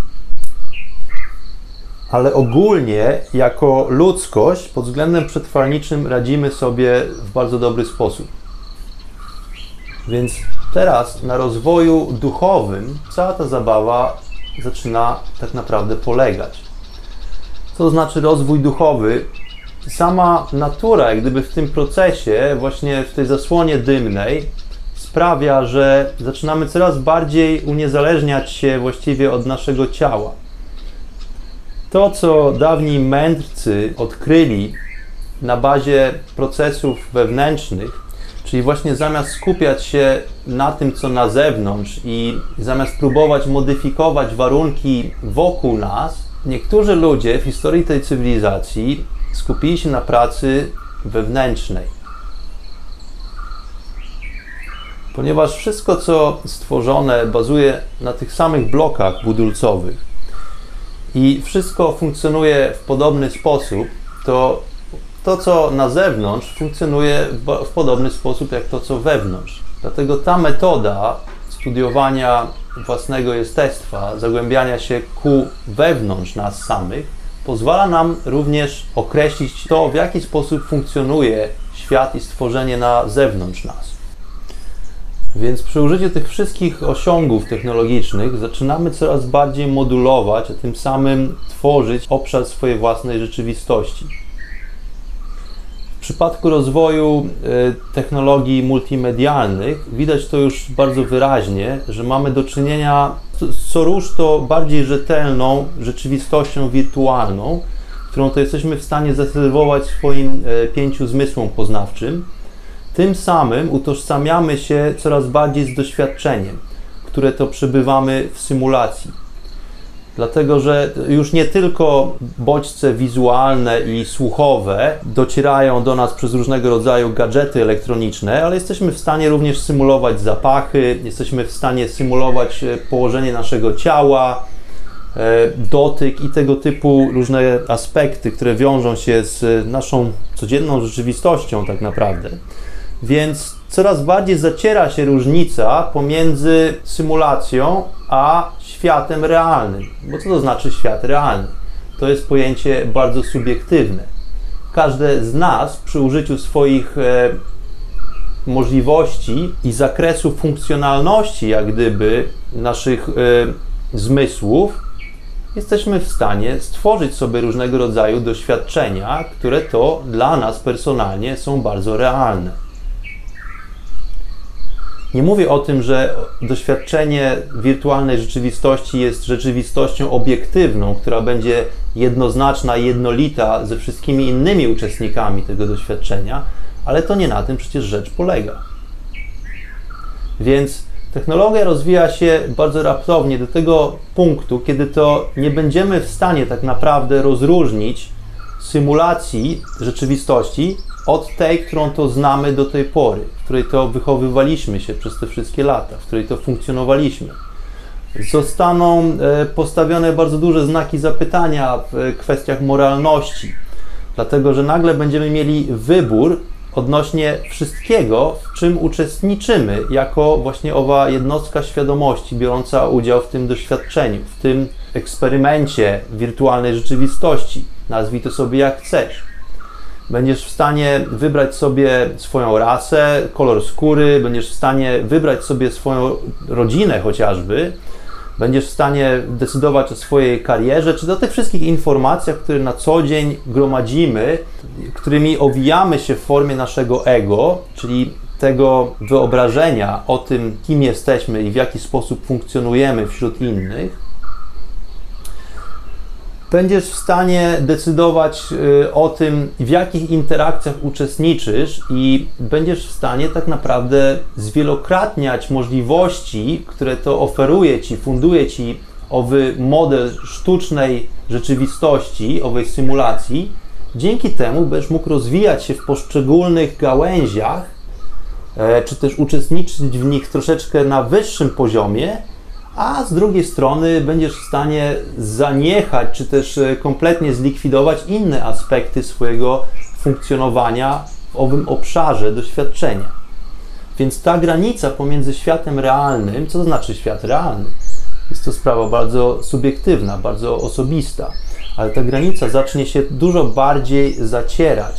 Ale ogólnie jako ludzkość pod względem przetrwalniczym radzimy sobie w bardzo dobry sposób. Więc teraz na rozwoju duchowym cała ta zabawa zaczyna tak naprawdę polegać. Co to znaczy rozwój duchowy? Sama natura, jak gdyby w tym procesie, właśnie w tej zasłonie dymnej, sprawia, że zaczynamy coraz bardziej uniezależniać się właściwie od naszego ciała. To, co dawni mędrcy odkryli na bazie procesów wewnętrznych, czyli właśnie zamiast skupiać się na tym, co na zewnątrz i zamiast próbować modyfikować warunki wokół nas, niektórzy ludzie w historii tej cywilizacji skupili się na pracy wewnętrznej. Ponieważ wszystko, co stworzone, bazuje na tych samych blokach budulcowych i wszystko funkcjonuje w podobny sposób, to, co na zewnątrz, funkcjonuje w podobny sposób jak to, co wewnątrz. Dlatego ta metoda studiowania własnego jestestwa, zagłębiania się ku wewnątrz nas samych, pozwala nam również określić to, w jaki sposób funkcjonuje świat i stworzenie na zewnątrz nas. Więc przy użyciu tych wszystkich osiągów technologicznych zaczynamy coraz bardziej modulować, a tym samym tworzyć obszar swojej własnej rzeczywistości. W przypadku rozwoju technologii multimedialnych widać to już bardzo wyraźnie, że mamy do czynienia z co rusz to bardziej rzetelną rzeczywistością wirtualną, którą to jesteśmy w stanie zarezerwować swoim 5 zmysłom poznawczym. Tym samym utożsamiamy się coraz bardziej z doświadczeniem, które to przebywamy w symulacji. Dlatego, że już nie tylko bodźce wizualne i słuchowe docierają do nas przez różnego rodzaju gadżety elektroniczne, ale jesteśmy w stanie również symulować zapachy, jesteśmy w stanie symulować położenie naszego ciała, dotyk i tego typu różne aspekty, które wiążą się z naszą codzienną rzeczywistością tak naprawdę. Więc coraz bardziej zaciera się różnica pomiędzy symulacją a światem realnym. Bo co to znaczy świat realny? To jest pojęcie bardzo subiektywne. Każde z nas przy użyciu swoich możliwości i zakresu funkcjonalności, jak gdyby naszych zmysłów, jesteśmy w stanie stworzyć sobie różnego rodzaju doświadczenia, które to dla nas personalnie są bardzo realne. Nie mówię o tym, że doświadczenie wirtualnej rzeczywistości jest rzeczywistością obiektywną, która będzie jednoznaczna i jednolita ze wszystkimi innymi uczestnikami tego doświadczenia, ale to nie na tym przecież rzecz polega. Więc technologia rozwija się bardzo raptownie do tego punktu, kiedy to nie będziemy w stanie tak naprawdę rozróżnić symulacji rzeczywistości od tej, którą to znamy do tej pory, w której to wychowywaliśmy się przez te wszystkie lata, w której to funkcjonowaliśmy. Zostaną postawione bardzo duże znaki zapytania w kwestiach moralności, dlatego że nagle będziemy mieli wybór odnośnie wszystkiego, w czym uczestniczymy, jako właśnie owa jednostka świadomości biorąca udział w tym doświadczeniu, w tym eksperymencie wirtualnej rzeczywistości. Nazwij to sobie jak chcesz. Będziesz w stanie wybrać sobie swoją rasę, kolor skóry, będziesz w stanie wybrać sobie swoją rodzinę chociażby, będziesz w stanie decydować o swojej karierze, czy o tych wszystkich informacjach, które na co dzień gromadzimy, którymi owijamy się w formie naszego ego, czyli tego wyobrażenia o tym, kim jesteśmy i w jaki sposób funkcjonujemy wśród innych. Będziesz w stanie decydować o tym, w jakich interakcjach uczestniczysz i będziesz w stanie tak naprawdę zwielokrotniać możliwości, które to oferuje Ci, funduje Ci owy model sztucznej rzeczywistości, owej symulacji. Dzięki temu będziesz mógł rozwijać się w poszczególnych gałęziach, czy też uczestniczyć w nich troszeczkę na wyższym poziomie, a z drugiej strony będziesz w stanie zaniechać, czy też kompletnie zlikwidować inne aspekty swojego funkcjonowania w owym obszarze doświadczenia. Więc ta granica pomiędzy światem realnym, co to znaczy świat realny? Jest to sprawa bardzo subiektywna, bardzo osobista, ale ta granica zacznie się dużo bardziej zacierać.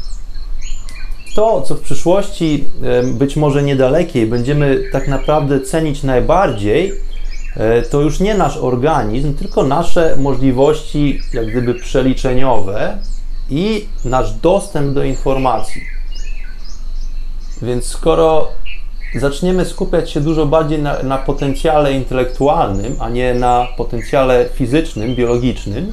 To, co w przyszłości, być może niedalekiej, będziemy tak naprawdę cenić najbardziej, to już nie nasz organizm, tylko nasze możliwości jak gdyby przeliczeniowe i nasz dostęp do informacji. Więc skoro zaczniemy skupiać się dużo bardziej na potencjale intelektualnym, a nie na potencjale fizycznym, biologicznym,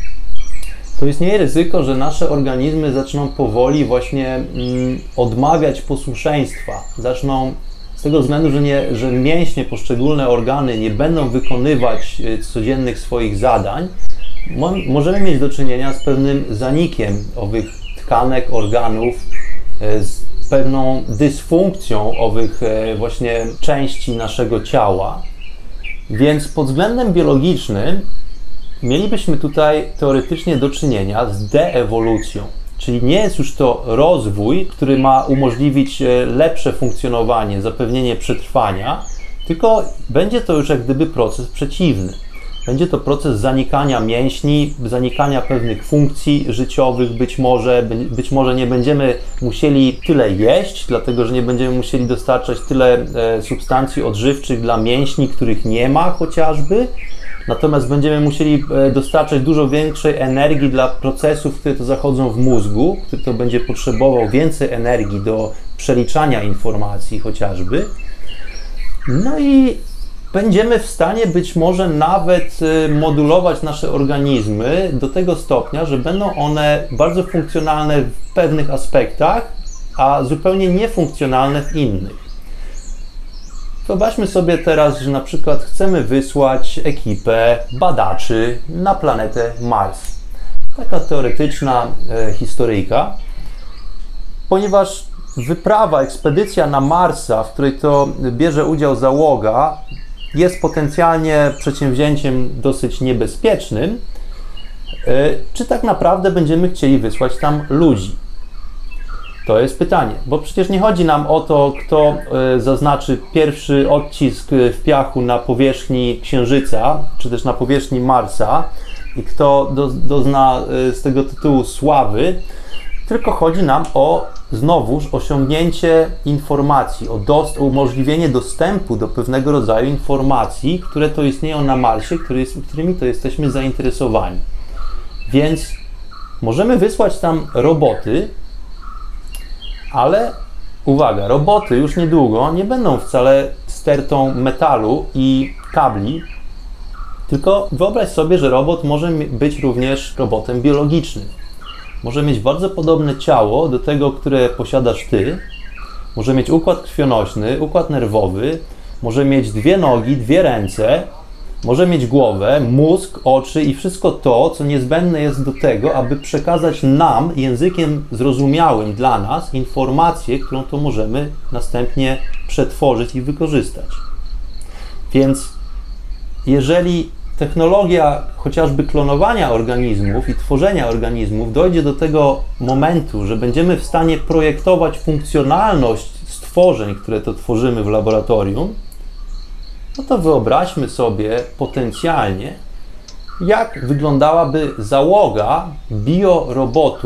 to istnieje ryzyko, że nasze organizmy zaczną powoli właśnie odmawiać posłuszeństwa. Zaczną z tego względu, że mięśnie, poszczególne organy nie będą wykonywać codziennych swoich zadań, możemy mieć do czynienia z pewnym zanikiem owych tkanek, organów, z pewną dysfunkcją owych właśnie części naszego ciała. Więc pod względem biologicznym mielibyśmy tutaj teoretycznie do czynienia z deewolucją, czyli nie jest już to rozwój, który ma umożliwić lepsze funkcjonowanie, zapewnienie przetrwania, tylko będzie to już jak gdyby proces przeciwny. Będzie to proces zanikania mięśni, zanikania pewnych funkcji życiowych, być może nie będziemy musieli tyle jeść, dlatego że nie będziemy musieli dostarczać tyle substancji odżywczych dla mięśni, których nie ma chociażby. Natomiast będziemy musieli dostarczać dużo większej energii dla procesów, które to zachodzą w mózgu, który to będzie potrzebował więcej energii do przeliczania informacji chociażby. No i będziemy w stanie być może nawet modulować nasze organizmy do tego stopnia, że będą one bardzo funkcjonalne w pewnych aspektach, a zupełnie niefunkcjonalne w innych. Wyobraźmy sobie teraz, że na przykład chcemy wysłać ekipę badaczy na planetę Mars. Taka teoretyczna historyjka, ponieważ wyprawa, ekspedycja na Marsa, w której to bierze udział załoga, jest potencjalnie przedsięwzięciem dosyć niebezpiecznym, czy tak naprawdę będziemy chcieli wysłać tam ludzi? To jest pytanie, bo przecież nie chodzi nam o to, kto zaznaczy pierwszy odcisk w piachu na powierzchni Księżyca, czy też na powierzchni Marsa i kto dozna z tego tytułu sławy, tylko chodzi nam o znowuż osiągnięcie informacji, o umożliwienie dostępu do pewnego rodzaju informacji, które to istnieją na Marsie, którymi to jesteśmy zainteresowani. Więc możemy wysłać tam roboty, ale uwaga, roboty już niedługo nie będą wcale stertą metalu i kabli, tylko wyobraź sobie, że robot może być również robotem biologicznym. Może mieć bardzo podobne ciało do tego, które posiadasz ty, może mieć układ krwionośny, układ nerwowy, może mieć 2 nogi, 2 ręce, może mieć głowę, mózg, oczy i wszystko to, co niezbędne jest do tego, aby przekazać nam językiem zrozumiałym dla nas informację, którą to możemy następnie przetworzyć i wykorzystać. Więc jeżeli technologia chociażby klonowania organizmów i tworzenia organizmów dojdzie do tego momentu, że będziemy w stanie projektować funkcjonalność stworzeń, które to tworzymy w laboratorium, no to wyobraźmy sobie potencjalnie, jak wyglądałaby załoga biorobotów,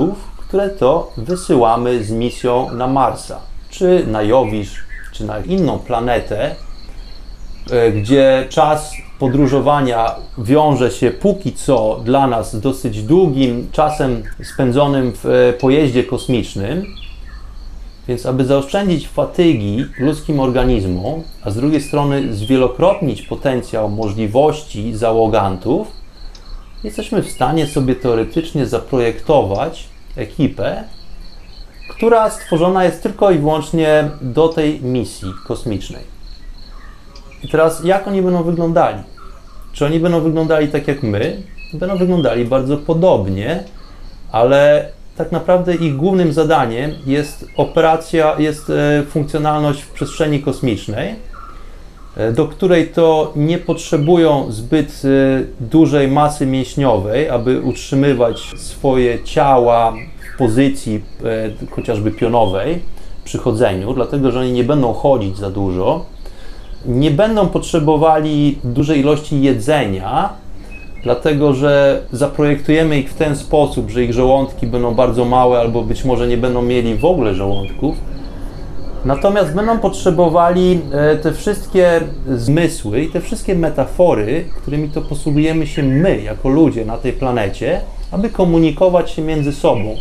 które to wysyłamy z misją na Marsa, czy na Jowisz, czy na inną planetę, gdzie czas podróżowania wiąże się póki co dla nas z dosyć długim czasem spędzonym w pojeździe kosmicznym. Więc aby zaoszczędzić fatygi ludzkim organizmom, a z drugiej strony zwielokrotnić potencjał możliwości załogantów, jesteśmy w stanie sobie teoretycznie zaprojektować ekipę, która stworzona jest tylko i wyłącznie do tej misji kosmicznej. I teraz jak oni będą wyglądali? Czy oni będą wyglądali tak jak my? Będą wyglądali bardzo podobnie, ale tak naprawdę ich głównym zadaniem jest funkcjonalność w przestrzeni kosmicznej, do której to nie potrzebują zbyt dużej masy mięśniowej, aby utrzymywać swoje ciała w pozycji chociażby pionowej przy chodzeniu, dlatego że oni nie będą chodzić za dużo, nie będą potrzebowali dużej ilości jedzenia, dlatego że zaprojektujemy ich w ten sposób, że ich żołądki będą bardzo małe albo być może nie będą mieli w ogóle żołądków. Natomiast będą potrzebowali te wszystkie zmysły i te wszystkie metafory, którymi to posługujemy się my, jako ludzie na tej planecie, aby komunikować się między sobą.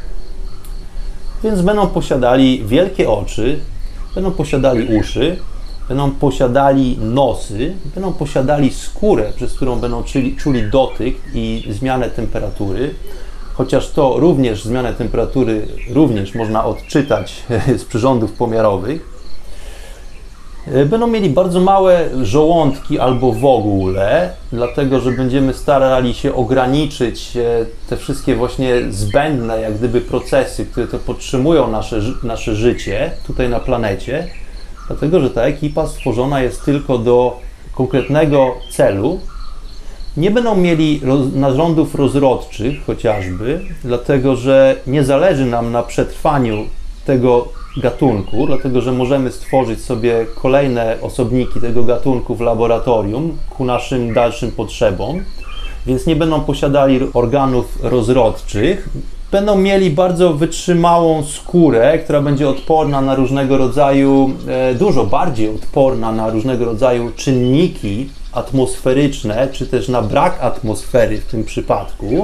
Więc będą posiadali wielkie oczy, będą posiadali uszy, będą posiadali nosy, będą posiadali skórę, przez którą będą czuli dotyk i zmianę temperatury, chociaż to również, zmianę temperatury również można odczytać z przyrządów pomiarowych. Będą mieli bardzo małe żołądki albo w ogóle, dlatego że będziemy starali się ograniczyć te wszystkie właśnie zbędne jak gdyby procesy, które to podtrzymują nasze życie tutaj na planecie, dlatego że ta ekipa stworzona jest tylko do konkretnego celu. Nie będą mieli narządów rozrodczych chociażby, dlatego że nie zależy nam na przetrwaniu tego gatunku, dlatego że możemy stworzyć sobie kolejne osobniki tego gatunku w laboratorium ku naszym dalszym potrzebom, więc nie będą posiadali organów rozrodczych. Będą mieli bardzo wytrzymałą skórę, która będzie odporna na różnego rodzaju, dużo bardziej odporna na różnego rodzaju czynniki atmosferyczne, czy też na brak atmosfery w tym przypadku.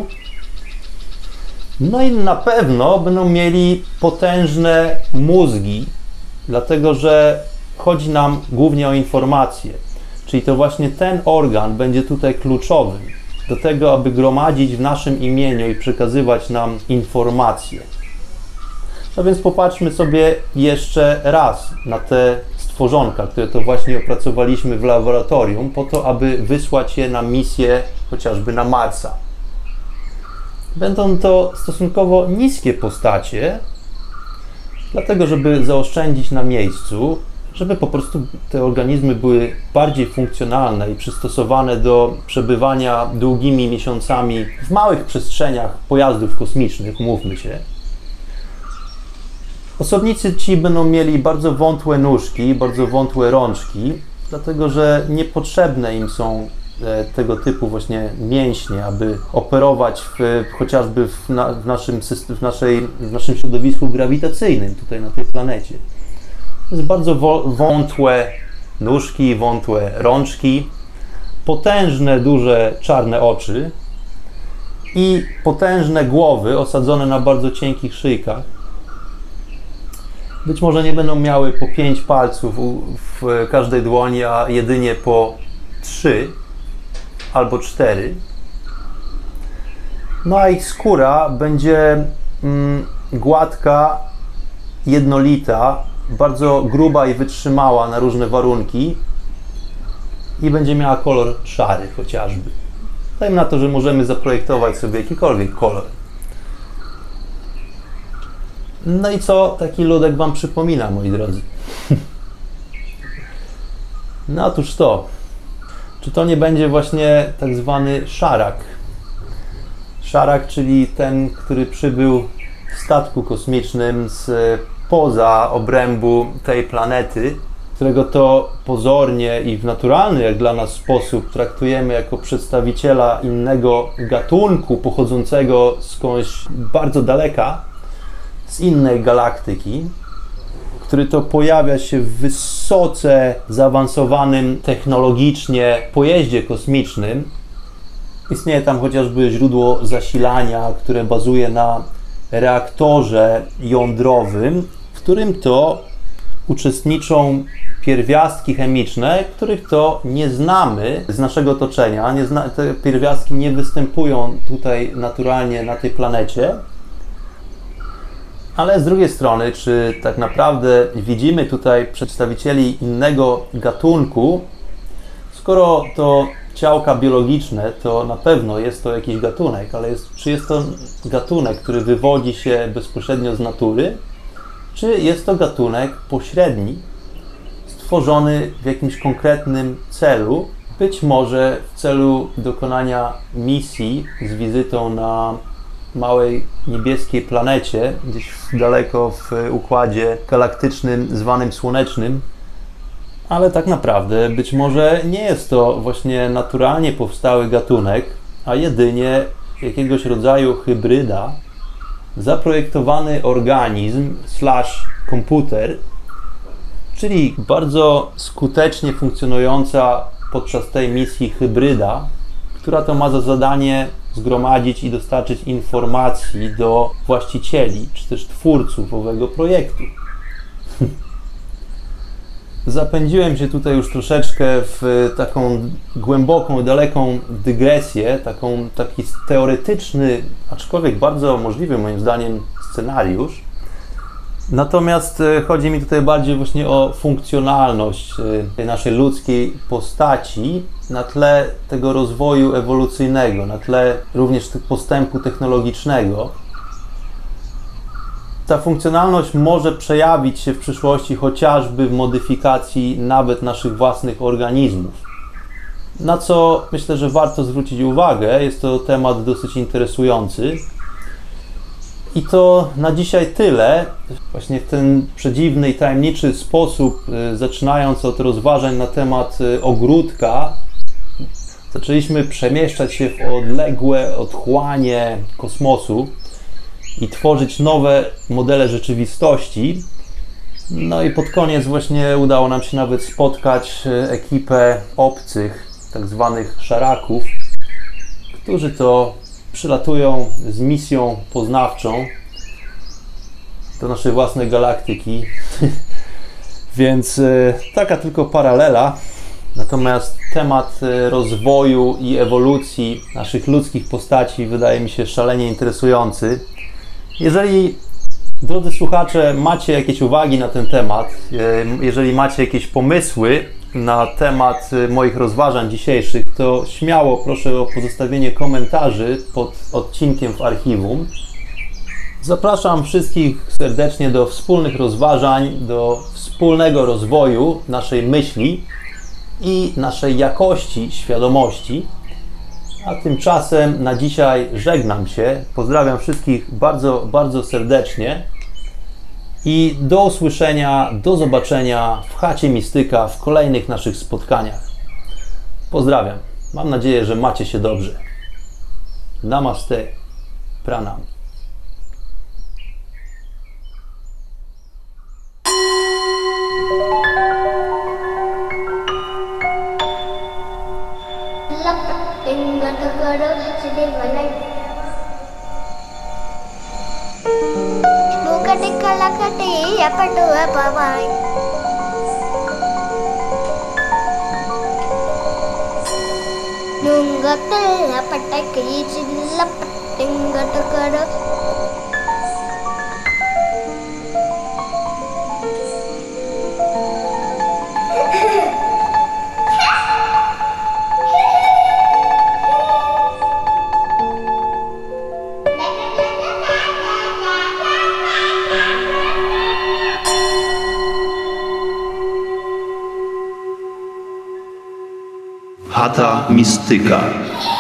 No i na pewno będą mieli potężne mózgi, dlatego że chodzi nam głównie o informacje. Czyli to właśnie ten organ będzie tutaj kluczowy do tego, aby gromadzić w naszym imieniu i przekazywać nam informacje. No więc popatrzmy sobie jeszcze raz na te stworzonka, które to właśnie opracowaliśmy w laboratorium, po to, aby wysłać je na misję chociażby na Marsa. Będą to stosunkowo niskie postacie, dlatego żeby zaoszczędzić na miejscu, żeby po prostu te organizmy były bardziej funkcjonalne i przystosowane do przebywania długimi miesiącami w małych przestrzeniach pojazdów kosmicznych, umówmy się. Osobnicy ci będą mieli bardzo wątłe nóżki, bardzo wątłe rączki, dlatego że niepotrzebne im są tego typu właśnie mięśnie, aby operować chociażby w naszym środowisku grawitacyjnym, tutaj na tej planecie. To jest bardzo wątłe nóżki, wątłe rączki, potężne, duże, czarne oczy i potężne głowy osadzone na bardzo cienkich szyjkach. Być może nie będą miały po 5 palców w każdej dłoni, a jedynie po 3 albo 4. No a ich skóra będzie gładka, jednolita, bardzo gruba i wytrzymała na różne warunki i będzie miała kolor szary chociażby. Dajmy na to, że możemy zaprojektować sobie jakikolwiek kolor. No i co taki ludek Wam przypomina, moi drodzy? No otóż to. Czy to nie będzie właśnie tak zwany szarak? Szarak, czyli ten, który przybył w statku kosmicznym spoza obrębu tej planety, którego to pozornie i w naturalny jak dla nas sposób traktujemy jako przedstawiciela innego gatunku pochodzącego skądś bardzo daleka, z innej galaktyki, który to pojawia się w wysoce zaawansowanym technologicznie pojeździe kosmicznym. Istnieje tam chociażby źródło zasilania, które bazuje na reaktorze jądrowym, w którym to uczestniczą pierwiastki chemiczne, których to nie znamy z naszego otoczenia. Te pierwiastki nie występują tutaj naturalnie na tej planecie. Ale z drugiej strony, czy tak naprawdę widzimy tutaj przedstawicieli innego gatunku? Skoro to ciałka biologiczne, to na pewno jest to jakiś gatunek, ale czy jest to gatunek, który wywodzi się bezpośrednio z natury, czy jest to gatunek pośredni, stworzony w jakimś konkretnym celu, być może w celu dokonania misji z wizytą na małej niebieskiej planecie, gdzieś daleko w układzie galaktycznym zwanym słonecznym, ale tak naprawdę być może nie jest to właśnie naturalnie powstały gatunek, a jedynie jakiegoś rodzaju hybryda, zaprojektowany organizm / komputer, czyli bardzo skutecznie funkcjonująca podczas tej misji hybryda, która to ma za zadanie zgromadzić i dostarczyć informacji do właścicieli, czy też twórców owego projektu. Zapędziłem się tutaj już troszeczkę w taką głęboką, daleką dygresję, taki teoretyczny, aczkolwiek bardzo możliwy moim zdaniem scenariusz. Natomiast chodzi mi tutaj bardziej właśnie o funkcjonalność tej naszej ludzkiej postaci na tle tego rozwoju ewolucyjnego, na tle również postępu technologicznego. Ta funkcjonalność może przejawić się w przyszłości chociażby w modyfikacji nawet naszych własnych organizmów. Na co myślę, że warto zwrócić uwagę, jest to temat dosyć interesujący. I to na dzisiaj tyle. Właśnie w ten przedziwny i tajemniczy sposób, zaczynając od rozważań na temat ogródka, zaczęliśmy przemieszczać się w odległe otchłanie kosmosu i tworzyć nowe modele rzeczywistości. No i pod koniec właśnie udało nam się nawet spotkać ekipę obcych, tak zwanych szaraków, którzy to przylatują z misją poznawczą do naszej własnej galaktyki. Więc taka tylko paralela. Natomiast temat rozwoju i ewolucji naszych ludzkich postaci wydaje mi się szalenie interesujący. Jeżeli, drodzy słuchacze, macie jakieś uwagi na ten temat, jeżeli macie jakieś pomysły na temat moich rozważań dzisiejszych, to śmiało proszę o pozostawienie komentarzy pod odcinkiem w archiwum. Zapraszam wszystkich serdecznie do wspólnych rozważań, do wspólnego rozwoju naszej myśli i naszej jakości świadomości. A tymczasem na dzisiaj żegnam się. Pozdrawiam wszystkich bardzo, bardzo serdecznie. I do usłyszenia, do zobaczenia w chacie Mistyka w kolejnych naszych spotkaniach. Pozdrawiam. Mam nadzieję, że macie się dobrze. Namaste. Pranam. Chata Mistyka.